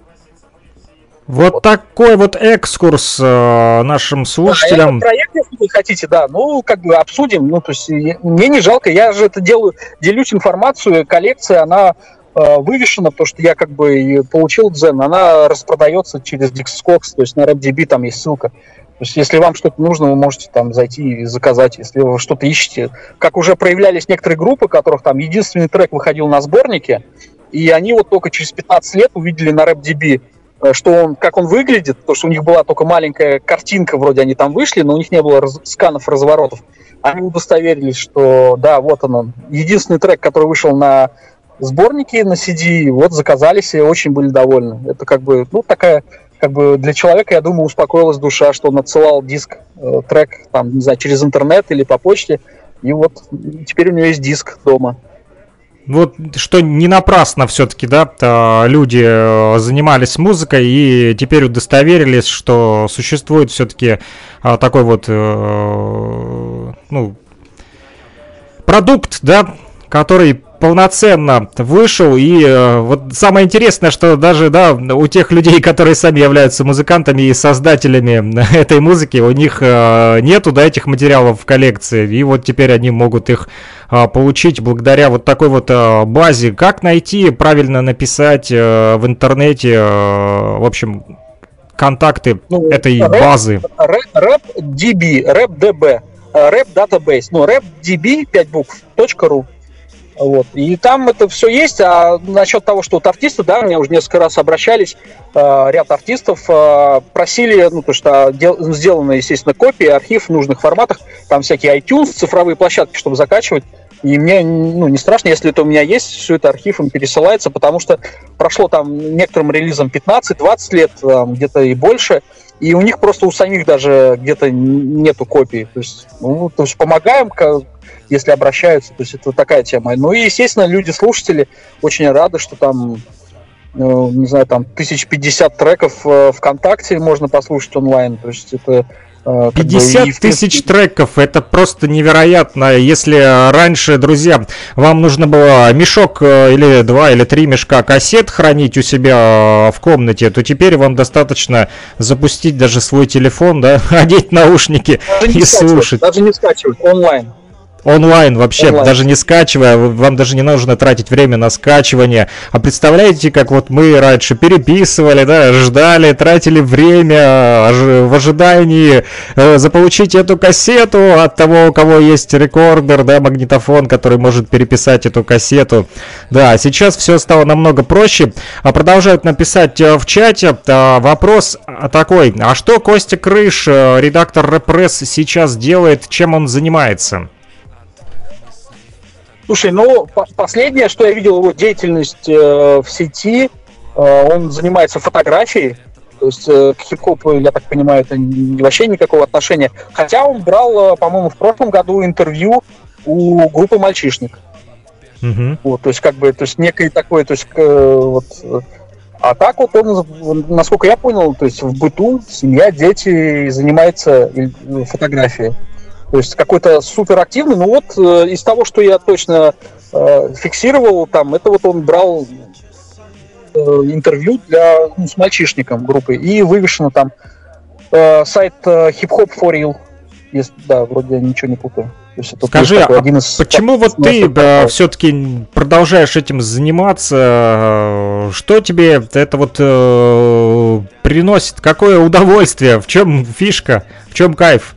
Вот, вот такой вот экскурс э, нашим слушателям. Да, проект, если вы хотите, да, ну, как бы обсудим. Ну, то есть мне не жалко, я же это делаю, делюсь информацию, коллекция, она э, вывешена, потому что я как бы получил дзен, она распродается через Discogs, то есть на рэп ди би там есть ссылка. То есть если вам что-то нужно, вы можете там зайти и заказать, если вы что-то ищете. Как уже проявлялись некоторые группы, у которых там единственный трек выходил на сборнике, и они вот только через пятнадцать лет увидели на рэп ди би, что он, как он выглядит, потому что у них была только маленькая картинка, вроде они там вышли, но у них не было раз, сканов, разворотов. Они удостоверились, что да, вот он, единственный трек, который вышел на сборнике, на си ди, вот заказались и очень были довольны. Это как бы, ну, такая как бы для человека, я думаю, успокоилась душа, что он отсылал диск, э, трек, там, не знаю, через интернет или по почте, и вот теперь у него есть диск дома. Вот что не напрасно все-таки, да, люди занимались музыкой и теперь удостоверились, что существует все-таки такой вот, ну, продукт, да, который полноценно вышел, и э, вот самое интересное, что даже, да, у тех людей, которые сами являются музыкантами и создателями этой музыки, у них э, нету, да, этих материалов в коллекции, и вот теперь они могут их э, получить благодаря вот такой вот э, базе. Как найти, правильно написать э, в интернете, э, в общем, контакты ну, этой рэп, базы? RapDB, RapDB, Rap Database, ну, RapDB, пять букв, .ру. Вот. И там это все есть. А насчет того, что вот артисты, да, мне уже несколько раз обращались, э, ряд артистов э, просили, ну, то что дел, сделаны, естественно, копии, архив в нужных форматах, там всякие iTunes, цифровые площадки, чтобы закачивать. И мне, ну, не страшно, если это у меня есть, все это архивом пересылается, потому что прошло там некоторым релизам пятнадцать-двадцать лет, там, где-то и больше, и у них просто у самих даже где-то нету копий. То есть, ну, то есть помогаем, если обращаются, то есть это такая тема. Ну и, естественно, люди-слушатели очень рады, что там, ну, не знаю, там тысяч пятьдесят треков в ВКонтакте можно послушать онлайн, то есть это... пятьдесят тысяч треков, это просто невероятно. Если раньше, друзья, вам нужно было мешок или два или три мешка кассет хранить у себя в комнате, то теперь вам достаточно запустить даже свой телефон, да, одеть наушники и слушать. Даже не скачивать, онлайн. Онлайн вообще, онлайн. Даже не скачивая, вам даже не нужно тратить время на скачивание. А представляете, как вот мы раньше переписывали, да, ждали, тратили время в ожидании э, заполучить эту кассету от того, у кого есть рекордер, да, магнитофон, который может переписать эту кассету. Да, сейчас все стало намного проще. А продолжают написать в чате. А, вопрос такой: а что Костя Крыш, редактор Рэпресс, сейчас делает, чем он занимается? Слушай, ну, последнее, что я видел его деятельность э, в сети, э, он занимается фотографией, то есть э, к хип-хопу, я так понимаю, это вообще никакого отношения. Хотя он брал, э, по-моему, в прошлом году интервью у группы «Мальчишник». Mm-hmm. Вот, то есть, как бы, то есть, некое такое, то есть, э, вот... А так вот он, насколько я понял, то есть, в быту, семья, дети, занимается фотографией. То есть какой-то суперактивный, ну вот э, из того, что я точно э, фиксировал, там, это вот он брал э, интервью для, ну, с мальчишником группы, и вывешено там э, сайт э, Hip Hop for Real, если, да, вроде я ничего не путаю. То есть это Скажи, такой, а один из почему вот ты да, все-таки продолжаешь этим заниматься? Что тебе это вот э, приносит? Какое удовольствие? В чем фишка? В чем кайф?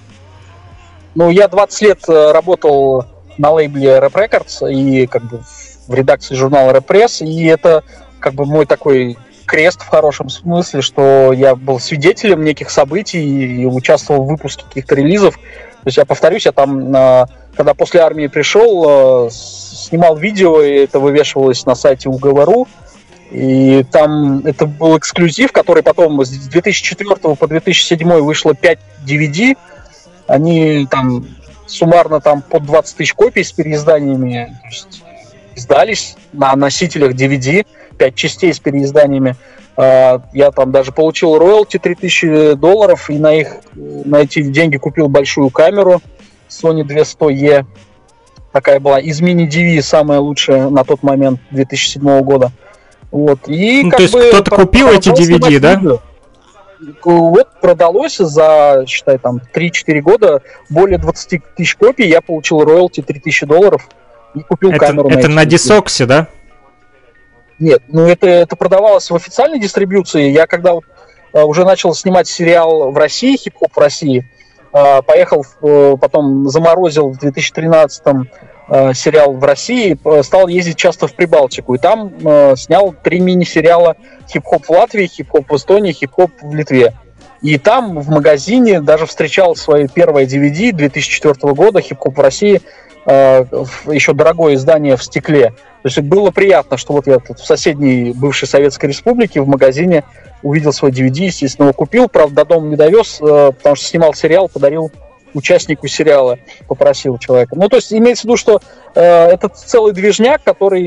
Ну, я двадцать лет работал на лейбле Rap Records и как бы в редакции журнала Rap Press, и это как бы мой такой крест в хорошем смысле, что я был свидетелем неких событий и участвовал в выпуске каких-то релизов. То есть я повторюсь, я там, когда после армии пришел, снимал видео, и это вывешивалось на сайте у гэ вэ эр у, и там это был эксклюзив, который потом с две тысячи четвёртого по две тысячи седьмой вышло пять ди ви ди. Они там суммарно там под двадцать тысяч копий с переизданиями, то есть, издались на носителях ди ви ди, пять частей с переизданиями. Я там даже получил роялти три тысячи долларов, и на, их, на эти деньги купил большую камеру Sony двести и. Такая была из мини-ди ви, самая лучшая на тот момент, две тысячи седьмого года. Вот. И, ну, как то есть бы, кто-то купил эти ди ви ди, да? Видео. Вот продалось за, считай, там три-четыре года более двадцать тысяч копий, я получил роялти три тысячи долларов и купил это, камеру. Это на, на дисоксе, да? Нет, ну это, это продавалось в официальной дистрибьюции. Я когда вот, уже начал снимать сериал в России, хип-хоп в России, поехал, потом заморозил в две тысячи тринадцатом сериал в России, стал ездить часто в Прибалтику, и там э, снял три мини-сериала хип-хоп в Латвии, хип-хоп в Эстонии, хип-хоп в Литве. И там в магазине даже встречал свои первые ди ви ди две тысячи четвёртого года, хип-хоп в России, э, еще дорогое издание в стекле. То есть было приятно, что вот я тут в соседней бывшей Советской Республике в магазине увидел свой ди ви ди, естественно, его купил, правда, до дома не довез, э, потому что снимал сериал, подарил участнику сериала, попросил человека. Ну, то есть имеется в виду, что э, это целый движняк, который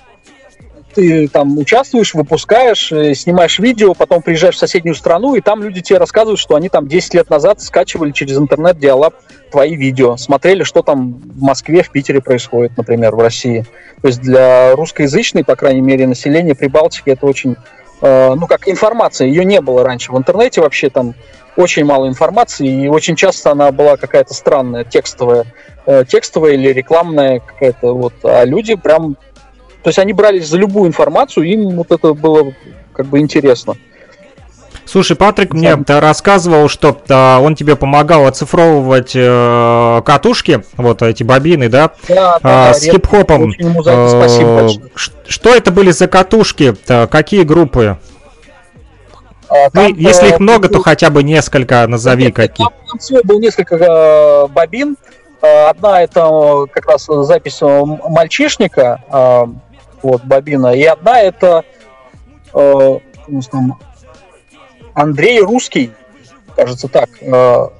ты там участвуешь, выпускаешь, э, снимаешь видео, потом приезжаешь в соседнюю страну, и там люди тебе рассказывают, что они там десять лет назад скачивали через интернет Диалаб твои видео, смотрели, что там в Москве, в Питере происходит, например, в России. То есть для русскоязычной, по крайней мере, населения Прибалтики это очень, э, ну, как информация, ее не было раньше. В интернете вообще там очень мало информации, и очень часто она была какая-то странная, текстовая, э, текстовая или рекламная какая-то, вот, а люди прям, то есть они брались за любую информацию, им вот это было как бы интересно. Слушай, Патрик мне да, рассказывал, что да, он тебе помогал оцифровывать э, катушки, вот эти бобины, да, да, да э, с хип-хопом. Э, спасибо. Что это были за катушки? Какие группы? А, там, ну, если их много, э, то хотя бы несколько назови. Нет, какие. Там, там всего было несколько э, бобин. Э, одна это как раз запись мальчишника, э, вот, бобина, и одна это э, там, Андрей Русский, кажется, так. Э,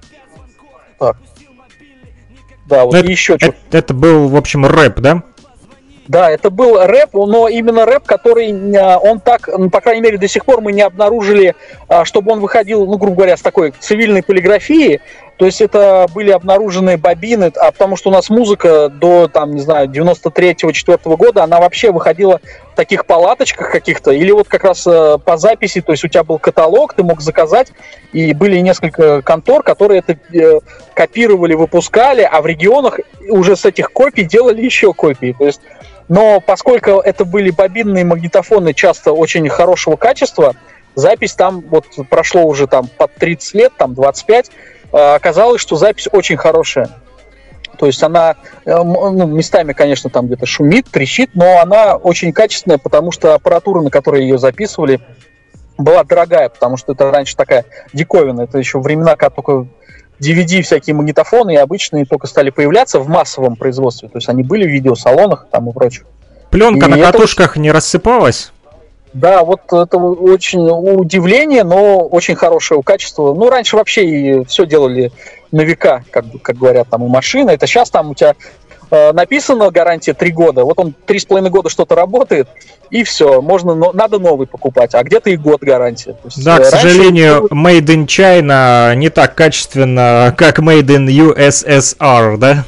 так. Да, вот это, еще это, что-то. Это был, в общем, рэп, да? Да, это был рэп, но именно рэп, который, он так, по крайней мере, до сих пор мы не обнаружили, чтобы он выходил, ну, грубо говоря, с такой цивильной полиграфии. То есть это были обнаружены бобины, а потому что у нас музыка до, там, не знаю, девяносто третьего — четвёртого года, она вообще выходила в таких палаточках каких-то, или вот как раз по записи, то есть у тебя был каталог, ты мог заказать, и были несколько контор, которые это копировали, выпускали, а в регионах уже с этих копий делали еще копии. То есть, но поскольку это были бобинные магнитофоны часто очень хорошего качества, запись там, вот прошло уже там под тридцать лет, там двадцать пять, оказалось, что запись очень хорошая. То есть она, ну, местами, конечно, там где-то шумит, трещит, но она очень качественная, потому что аппаратура, на которой ее записывали, была дорогая, потому что это раньше такая диковина. Это еще времена, когда только ди ви ди, всякие магнитофоны и обычные только стали появляться в массовом производстве. То есть они были в видеосалонах там и прочее. Пленка и на это... катушках не рассыпалась? Да, вот это очень удивление, но очень хорошего качества. Ну, раньше вообще и все делали на века, как, как говорят, там, и машины. Это сейчас там у тебя э, написано гарантия три года. Вот он три с половиной года что-то работает, и все, можно, но, надо новый покупать. А где-то и год гарантия. То есть, да, к раньше... сожалению, Made in China не так качественно, как Made in ю эс эс ар, да?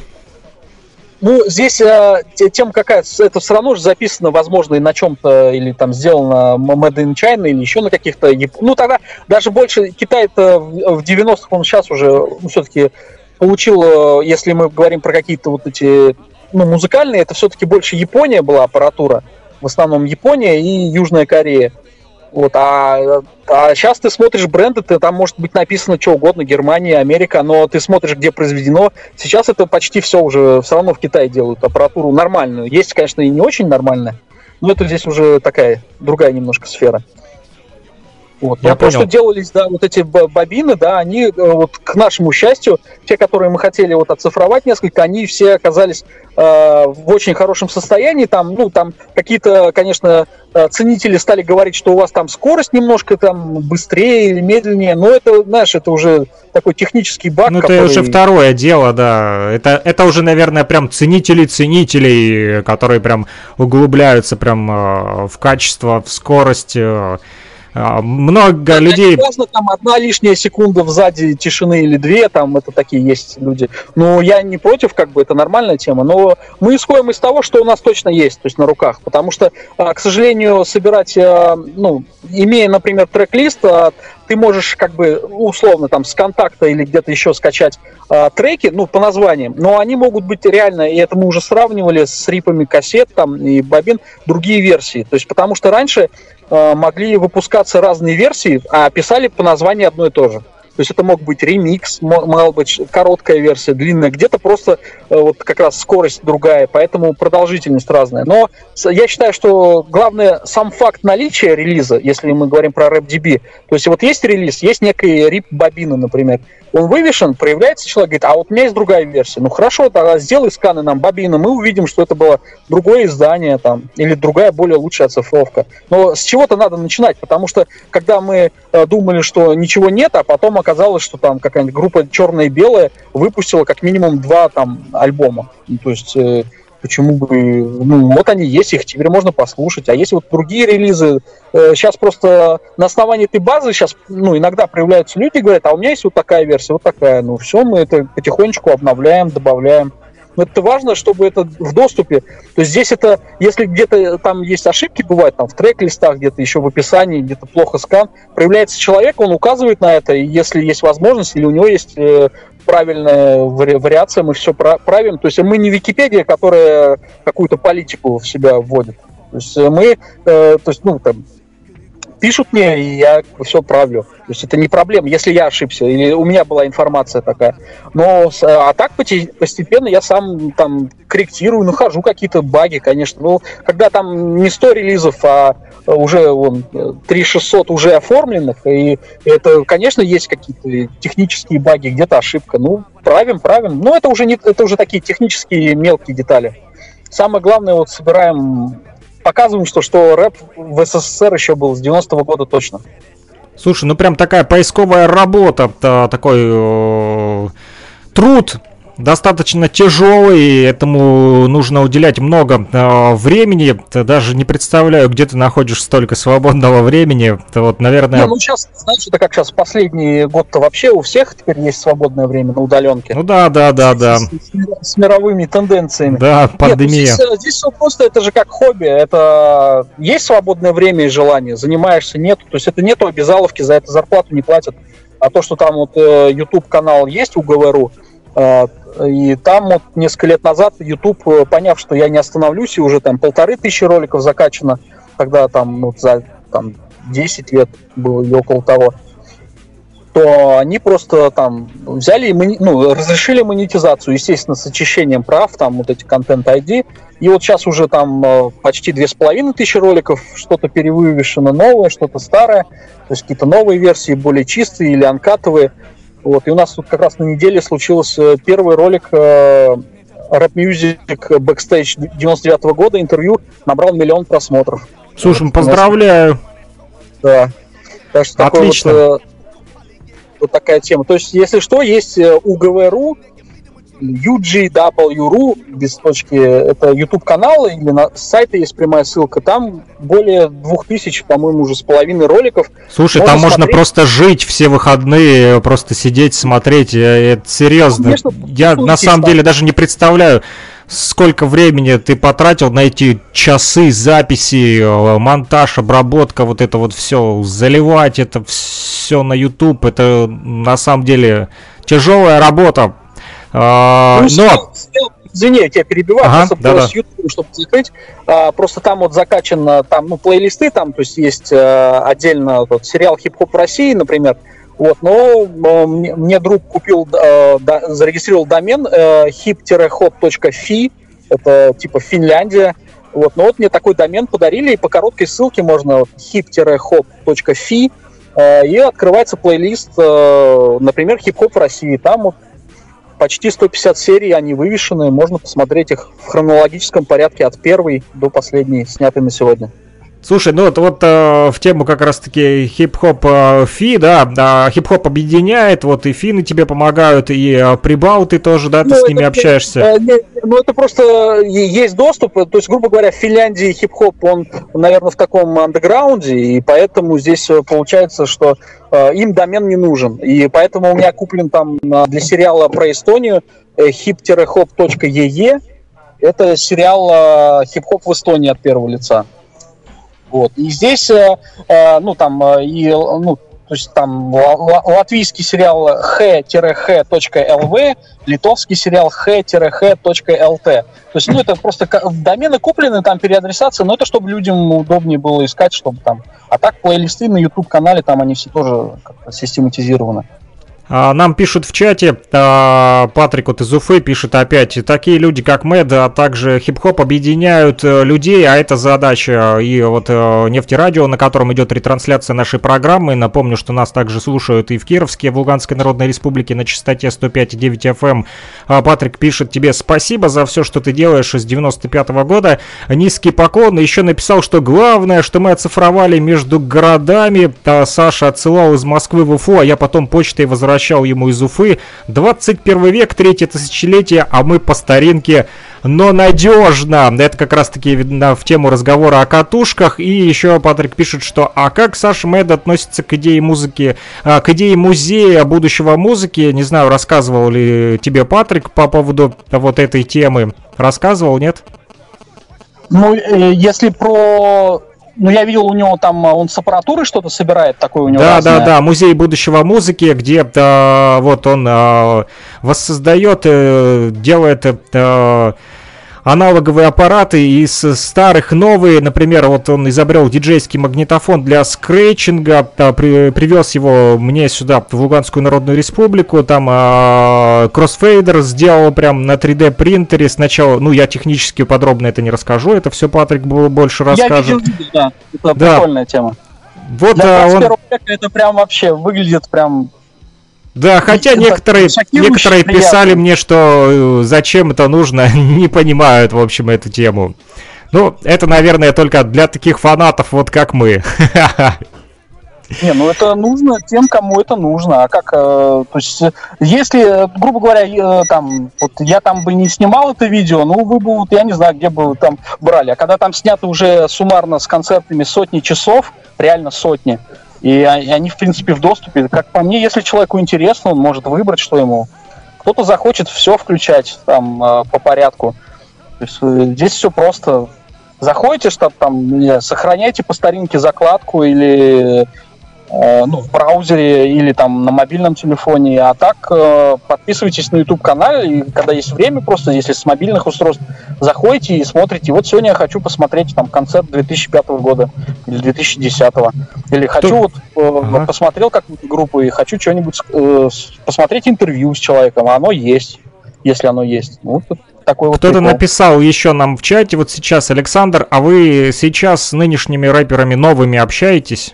Ну, здесь э, тема какая, это все равно же записано, возможно, и на чем-то, или там сделано Made in China, или еще на каких-то... Ну, тогда даже больше Китай-то в девяностых, он сейчас уже, ну, все-таки получил, если мы говорим про какие-то вот эти, ну, музыкальные, это все-таки больше Япония была аппаратура, в основном Япония и Южная Корея. Вот, а, а сейчас ты смотришь бренды, ты, там может быть написано что угодно, Германия, Америка, но ты смотришь, где произведено. Сейчас это почти все уже все равно в Китае делают, аппаратуру нормальную. Есть, конечно, и не очень нормальная, но это здесь уже такая другая немножко сфера. Вот. Я Но понял. то, что делались, да, вот эти бобины, да, они, вот к нашему счастью, те, которые мы хотели вот оцифровать несколько, они все оказались э, в очень хорошем состоянии. Там, ну, там какие-то, конечно, ценители стали говорить, что у вас там скорость немножко там быстрее или медленнее, но это, знаешь, это уже такой технический баг. Ну, который... это уже второе дело, да. Это, это уже, наверное, прям ценители ценителей, которые прям углубляются прям э, в качество, в скорость. Э, Много да, людей... Важно, там одна лишняя секунда сзади тишины или две, там это такие есть люди. Ну, я не против, как бы, это нормальная тема, но мы исходим из того, что у нас точно есть, то есть на руках, потому что, к сожалению, собирать, ну, имея, например, трек-лист, ты можешь, как бы, условно, там, с контакта или где-то еще скачать треки, ну, по названиям, но они могут быть реально, и это мы уже сравнивали с рипами кассет, там, и бобин, другие версии, то есть, потому что раньше могли выпускаться разные версии, а писали по названию одно и то же. То есть это мог быть ремикс, мало быть короткая версия, длинная, где-то просто вот как раз скорость другая, поэтому продолжительность разная. Но я считаю, что главное сам факт наличия релиза, если мы говорим про RapDB, то есть вот есть релиз, есть некий рип бобины, например, он вывешен, проявляется человек, говорит, а вот у меня есть другая версия. Ну хорошо, тогда сделай сканы нам бобины, мы увидим, что это было другое издание там, или другая более лучшая оцифровка. Но с чего-то надо начинать, потому что когда мы э, думали, что ничего нет, а потом оказалось, что там какая-нибудь группа черная и белая выпустила как минимум два там альбома. Ну, то есть э, почему бы... Ну, вот они есть, их теперь можно послушать. А есть вот другие релизы. Э, сейчас просто на основании этой базы сейчас, ну, иногда проявляются люди и говорят, а у меня есть вот такая версия, вот такая. Ну, все, мы это потихонечку обновляем, добавляем. Но это важно, чтобы это в доступе. То есть здесь это, если где-то там есть ошибки, бывают там в трек-листах, где-то еще в описании, где-то плохо скан, проявляется человек, он указывает на это, и если есть возможность, или у него есть э, правильная вари- вариация, мы все пра- правим. То есть мы не Википедия, которая какую-то политику в себя вводит. То есть мы, э, то есть, ну, там, пишут мне, и я все правлю. То есть это не проблема, если я ошибся, или у меня была информация такая. Но, а так постепенно я сам там корректирую, нахожу какие-то баги, конечно. Ну, когда там не сто релизов, а уже вон, три тысячи шестьсот уже оформленных, и это, конечно, есть какие-то технические баги, где-то ошибка. Ну, правим, правим. Но это уже, не, это уже такие технические мелкие детали. Самое главное, вот собираем... Показываем, что, что рэп в СССР еще был с девяностого года точно. Слушай, ну прям такая поисковая работа, такой э, труд достаточно тяжелый, этому нужно уделять много э, времени. Даже не представляю, где ты находишь столько свободного времени. Это вот, наверное... Не, ну сейчас, знаешь, это как сейчас последний год-то вообще у всех теперь есть свободное время на удаленке. Ну да, да, да, да. С, с, с мировыми тенденциями. Да, пандемия. Нет, здесь, здесь все просто, это же как хобби. Это есть свободное время и желание, занимаешься, нету. То есть это нету обязаловки, за это зарплату не платят. А то, что там вот YouTube-канал есть у ГВРУ, и там вот несколько лет назад YouTube, поняв, что я не остановлюсь, и уже там полторы тысячи роликов закачано, тогда там, ну, за там, десять лет было или около того, то они просто там взяли и мони... ну, разрешили монетизацию, естественно, с очищением прав, там вот эти контент ай ди. И вот сейчас уже там почти две с половиной тысячи роликов, что-то перевывешено новое, что-то старое, то есть какие-то новые версии, более чистые или анкатовые. Вот, и у нас тут как раз на неделе случился первый ролик э, Rap Music Backstage девяносто девятого года, интервью, набрал миллион просмотров. Слушай, вот, поздравляю. Да. Так что отлично. Такой вот, э, вот такая тема. То есть, если что, есть у ГВРУ, ю джи дабл ю ру, без точки, это YouTube-канал, или на сайте есть прямая ссылка, там более двух тысяч, по-моему, уже с половиной роликов. Слушай, можно там можно смотреть. Просто жить все выходные, просто сидеть, смотреть, это серьезно. Конечно, я на самом там. деле даже не представляю, сколько времени ты потратил на эти часы записи, монтаж, обработка, вот это вот все, заливать это все на YouTube, это на самом деле тяжелая работа. А, ну, но... Извини, я тебя перебиваю, ага, просто да, да. с YouTube, чтобы закрыть. А, просто там вот закачан, там, ну, плейлисты, там, то есть есть а, отдельно вот, сериал «Хип-хоп в России», например. Вот, но а, мне, мне друг купил, а, да, зарегистрировал домен а, хип хоп точка фи, это типа Финляндия. Вот, но вот мне такой домен подарили, и по короткой ссылке можно вот, хип хоп точка фи, а, и открывается плейлист, а, например, «Хип-хоп в России». Там вот почти сто пятьдесят серий, они вывешены, можно посмотреть их в хронологическом порядке от первой до последней, снятой на сегодня. Слушай, ну вот, вот э, в тему как раз-таки хип-хоп э, фи, да, да, хип-хоп объединяет, вот и финны тебе помогают, и э, прибалты тоже, да, ты ну, с ними общаешься. Э, не, ну это просто есть доступ, то есть, грубо говоря, в Финляндии хип-хоп, он, наверное, в таком андеграунде, и поэтому здесь получается, что э, им домен не нужен, и поэтому у меня куплен там для сериала про Эстонию э, хип хоп точка и и, это сериал э, хип-хоп в Эстонии от первого лица. Вот. И здесь, э, э, ну, там, э, и, ну, то есть там л- латвийский сериал х точка эл ви, литовский сериал х точка эл ти. То есть, ну, это просто домены куплены, там переадресация, но это чтобы людям удобнее было искать, чтобы там... А так, плейлисты на YouTube-канале, там они все тоже как-то систематизированы. Нам пишут в чате, Патрик вот из Уфы пишет опять, такие люди, как Мэд, а также хип-хоп объединяют людей, а это задача. И вот Нефтерадио, на котором идет ретрансляция нашей программы, напомню, что нас также слушают и в Кировске, в Луганской Народной Республике на частоте сто пять и девять эф эм. Патрик пишет тебе спасибо за все, что ты делаешь с девяносто пятого года. Низкий поклон. Еще написал, что главное, что мы оцифровали между городами. Саша отсылал из Москвы в Уфу, а я потом почтой возвращался ему из Уфы. двадцать первый век, третье тысячелетие, а мы по старинке, но надежно. Это как раз таки видно в тему разговора о катушках. И еще Патрик пишет, что а как Саша Мэд относится к идее музыки, к идее музея будущего музыки? Не знаю, рассказывал ли тебе Патрик по поводу вот этой темы. Рассказывал, нет? Ну, если про... Ну, я видел у него там, он с аппаратурой что-то собирает, такое у него Да, разное. да, да, музей будущего музыки, где а, вот он а, воссоздает, а, делает а, аналоговые аппараты из старых, новые. Например, вот он изобрел диджейский магнитофон для скретчинга, а, при, привез его мне сюда, в Луганскую Народную Республику, там а, кроссфейдер сделал прям на три дэ принтере. Сначала, ну, я технически подробно это не расскажу, это все Патрик больше расскажет. Я видел, видел, да, это Да. прикольная тема. Вот Для а, двадцать он... первого века это прям вообще выглядит прям... Да, хотя это некоторые, шокирующе некоторые приятно. писали мне, что э, зачем это нужно, не понимают, в общем, эту тему. Ну, это, наверное, только для таких фанатов, вот как мы. Не, ну это нужно тем, кому это нужно. А как, э, то есть, если, грубо говоря, э, там, вот я там бы не снимал это видео, ну вы бы, вот, я не знаю, где бы вы там брали. А когда там снято уже суммарно с концертами сотни часов, реально сотни, и они, в принципе, в доступе, как по мне, если человеку интересно, он может выбрать, что ему. Кто-то захочет все включать там э, по порядку. То есть, э, здесь все просто. Заходите, чтобы там, не знаю, сохраняйте по старинке закладку или э, ну, в браузере или там на мобильном телефоне, а так э, подписывайтесь на YouTube-канал, и когда есть время, просто если с мобильных устройств заходите и смотрите. Вот сегодня я хочу посмотреть там концерт две тысячи пятого года или две тысячи десятого. Или хочу Кто? вот э, Ага. посмотрел какую-то группу и хочу что-нибудь э, с- посмотреть интервью с человеком, а оно есть, если оно есть. Ну, вот такой вот Кто-то прикол. написал еще нам в чате, вот сейчас, Александр, а вы сейчас с нынешними рэперами новыми общаетесь?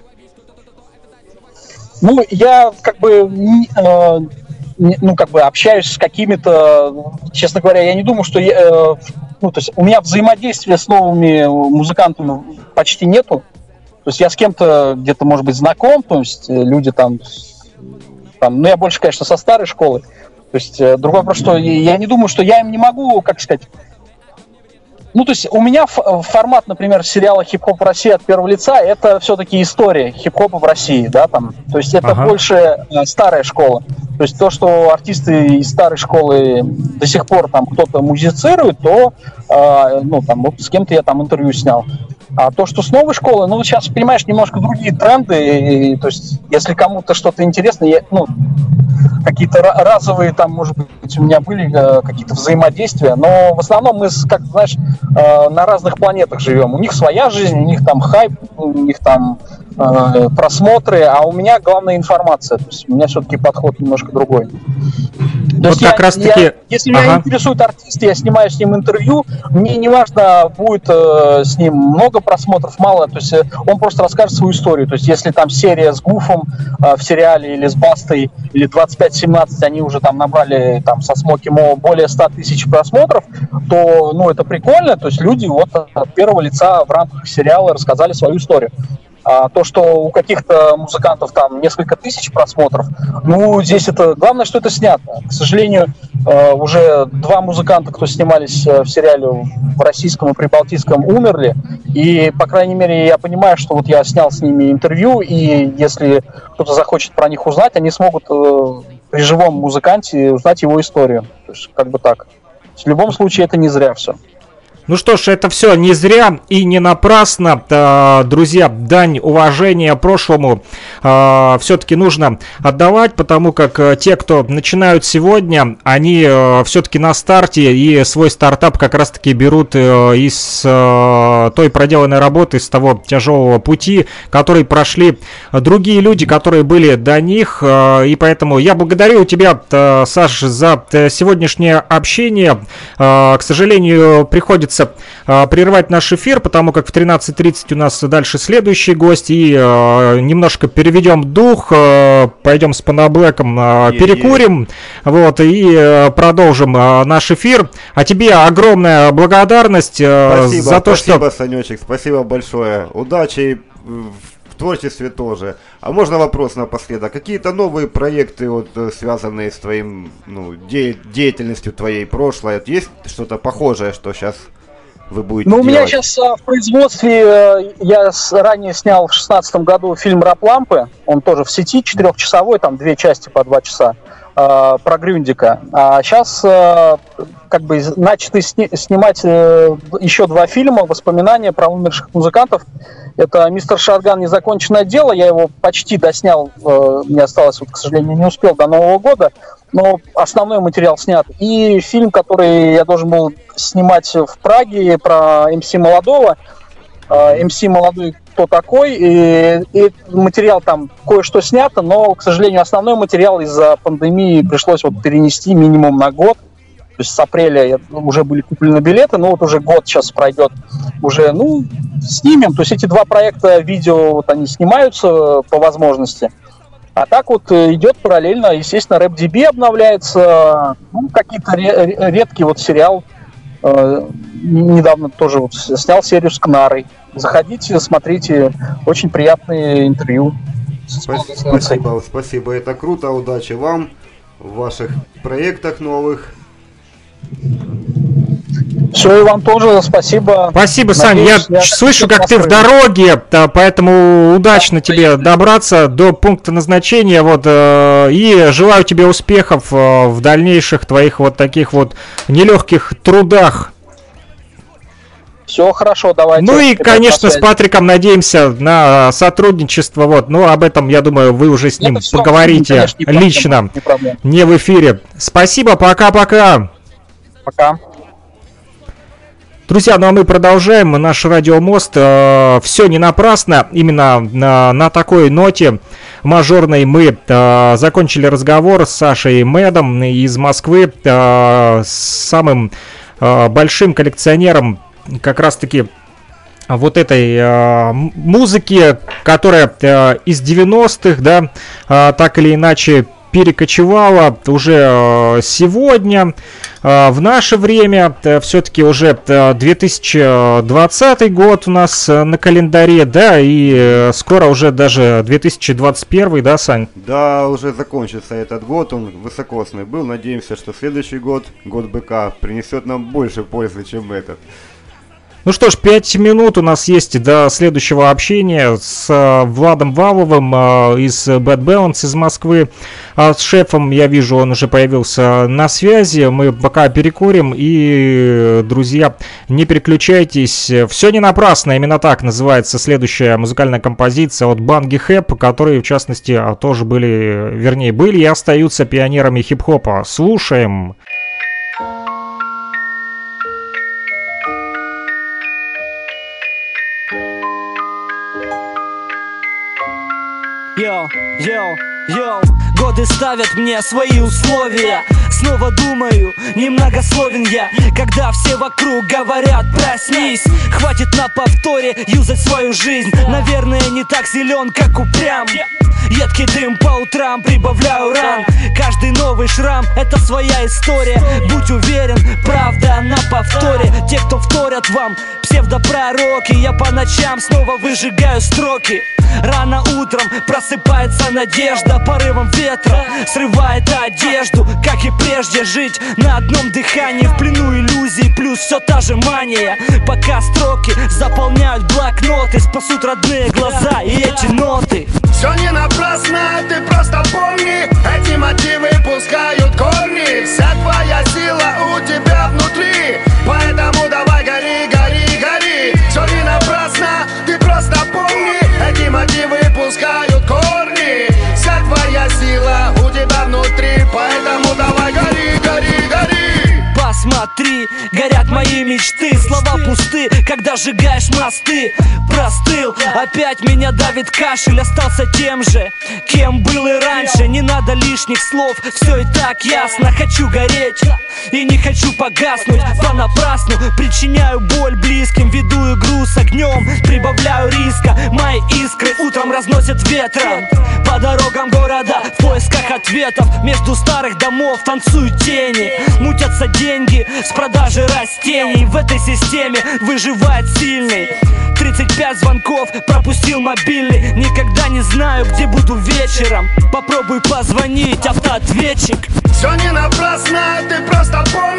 Ну, я как бы, не- э, не- ну, как бы общаюсь с какими-то, честно говоря, я не думаю, что я, э, ну, то есть у меня взаимодействия с новыми музыкантами почти нету. То есть я с кем-то где-то, может быть, знаком, то есть э, люди там, с- там, ну, я больше, конечно, со старой школы. То есть э, другой вопрос, что я не думаю, что я им не могу, как сказать, ну, то есть у меня ф- формат, например, сериала «Хип-хоп в России» от первого лица — это все-таки история хип-хопа в России, да, там. То есть это Ага. больше э, старая школа. То есть то, что артисты из старой школы до сих пор там кто-то музицирует, то, э, ну, там, вот с кем-то я там интервью снял. А то, что с новой школы, ну, сейчас, понимаешь, немножко другие тренды, и, то есть если кому-то что-то интересно, я, ну, какие-то ра- разовые там, может быть, у меня были э, какие-то взаимодействия, но в основном мы, с- как знаешь, э, на разных планетах живем. У них своя жизнь, у них там хайп, у них там э, просмотры, а у меня главная информация. То есть у меня все-таки подход немножко другой. То Вот есть как я- раз-таки- я- если меня Ага. интересует артист, я снимаю с ним интервью, мне не важно, будет э, с ним много просмотров, мало, то есть э, он просто расскажет свою историю. То есть если там серия с Гуфом э, в сериале или с Бастой, или двадцать пять семнадцать, они уже там набрали там со Смоки Мо более ста тысяч просмотров, то, ну, это прикольно, то есть люди вот от первого лица в рамках сериала рассказали свою историю. А то, что у каких-то музыкантов там несколько тысяч просмотров, ну, здесь это... Главное, что это снято. К сожалению, э, уже два музыканта, кто снимались э, в сериале в российском и прибалтийском, умерли. И, по крайней мере, я понимаю, что вот я снял с ними интервью, и если кто-то захочет про них узнать, они смогут э, при живом музыканте узнать его историю. То есть, как бы так. В любом случае, это не зря все. Ну что ж, это все не зря и не напрасно. Друзья, дань уважения прошлому все-таки нужно отдавать, потому как те, кто начинают сегодня, они все-таки на старте и свой стартап как раз-таки берут из той проделанной работы, из того тяжелого пути, который прошли другие люди, которые были до них. И поэтому я благодарю тебя, Саш, за сегодняшнее общение. К сожалению, приходится прервать наш эфир, потому как в тринадцать тридцать у нас дальше следующий гость, и э, немножко переведем дух, э, пойдем с Панаблэком, э, перекурим, вот, и э, продолжим э, наш эфир. А тебе огромная благодарность э, спасибо, за то, спасибо, что... Санечек, спасибо большое. Удачи в творчестве тоже. А можно вопрос напоследок? Какие-то новые проекты, вот, связанные с твоим, ну, де- деятельностью твоей прошлой? Есть что-то похожее, что сейчас вы будете Ну, у меня делать? сейчас а, в производстве, а, я с, ранее снял в шестнадцатом году фильм «Рап-лампы», он тоже в сети, четырехчасовой, там две части по два часа, а, про Грюндика. А сейчас а, как бы начаты сни- снимать а, еще два фильма, воспоминания про умерших музыкантов. Это «Мистер Шотган. Незаконченное дело», я его почти доснял, а, мне осталось, вот, к сожалению, не успел до Нового года, но основной материал снят. И фильм, который я должен был снимать в Праге про эм си молодого. эм си молодой кто такой, и, и материал там кое-что снято, но, к сожалению, основной материал из-за пандемии пришлось вот перенести минимум на год. То есть с апреля уже были куплены билеты, но вот уже год сейчас пройдет, уже, ну, снимем. То есть эти два проекта видео, вот они снимаются по возможности. А так вот идет параллельно, естественно, рэп-ди би обновляется, ну, какие-то ре- редкие вот сериал. Э, недавно тоже вот снял серию с Кнарой. Заходите, смотрите, очень приятные интервью. Спасибо, спасибо, спасибо, это круто, удачи вам в ваших проектах новых. Все, и вам тоже спасибо. Спасибо, Сань. Надеюсь, Я, я слышу, как ты в настроен. дороге, да, поэтому удачно тебе добраться до пункта назначения, вот, э, и желаю тебе успехов э, в дальнейших твоих вот таких вот нелегких трудах. Все хорошо, давайте. Ну и, Опять конечно, на с связи. Патриком надеемся на сотрудничество, вот, но об этом, я думаю, вы уже с ним Это всё, поговорите конечно, не проблема, лично, не проблема. не в эфире. Спасибо, пока-пока. Пока. Друзья, ну а мы продолжаем наш радиомост. Э, все не напрасно. Именно на, на такой ноте мажорной мы э, закончили разговор с Сашей Мэдом из Москвы, э, с самым э, большим коллекционером как раз-таки вот этой э, музыки, которая э, из девяностых, да, э, так или иначе перекочевала уже э, сегодня, э, в наше время, э, все-таки уже э, две тысячи двадцатый год у нас э, на календаре, да, и э, скоро уже даже две тысячи двадцать первый, да, Сань? Да, уже закончится этот год, он высокосный был. Надеемся, что следующий год, год быка, принесет нам больше пользы, чем этот. Ну что ж, пять минут у нас есть до следующего общения с э, Владом Валовым э, из Bad Balance из Москвы. А с шефом, я вижу, он уже появился на связи. Мы пока перекурим. И, друзья, не переключайтесь. Все не напрасно. Именно так называется следующая музыкальная композиция от Банги Хэп, которые, в частности, тоже были, вернее, были и остаются пионерами хип-хопа. Слушаем. Йоу, йоу, йоу, годы ставят мне свои условия. Снова думаю, немногословен я, когда все вокруг говорят проснись. Хватит на повторе юзать свою жизнь. Наверное, не так силен, как упрям. Едкий дым по утрам, прибавляю ран. Каждый новый шрам — это своя история. Будь уверен, правда на повторе. Те, кто вторят вам, псевдопророки. Я по ночам снова выжигаю строки. Рано утром просыпается надежда. Порывом ветра срывает одежду. Как и прежде, жить на одном дыхании, в плену иллюзий, плюс все та же мания. Пока строки заполняют блокноты, спасут родные глаза и эти ноты. Все не напрасно, ты просто помни, эти мотивы пускают корни. Вся твоя сила у тебя внутри, поэтому давай гори. груди горят мои мечты. Слова пусты, когда сжигаешь мосты. Простыл, опять меня давит кашель. Остался тем же, кем был и раньше. Не надо лишних слов, все и так ясно. Хочу гореть и не хочу погаснуть понапрасну. Причиняю боль близким, веду игру с огнем, прибавляю риска. Мои искры утром разносят ветром по дорогам города в поисках ответов. Между старых домов танцуют тени, мутятся деньги с продажи растений. В этой системе выживает сильный. Тридцать пять звонков, пропустил мобильный. Никогда не знаю, где буду вечером. Попробуй позвонить, автоответчик. Все не напрасно, ты просто помни.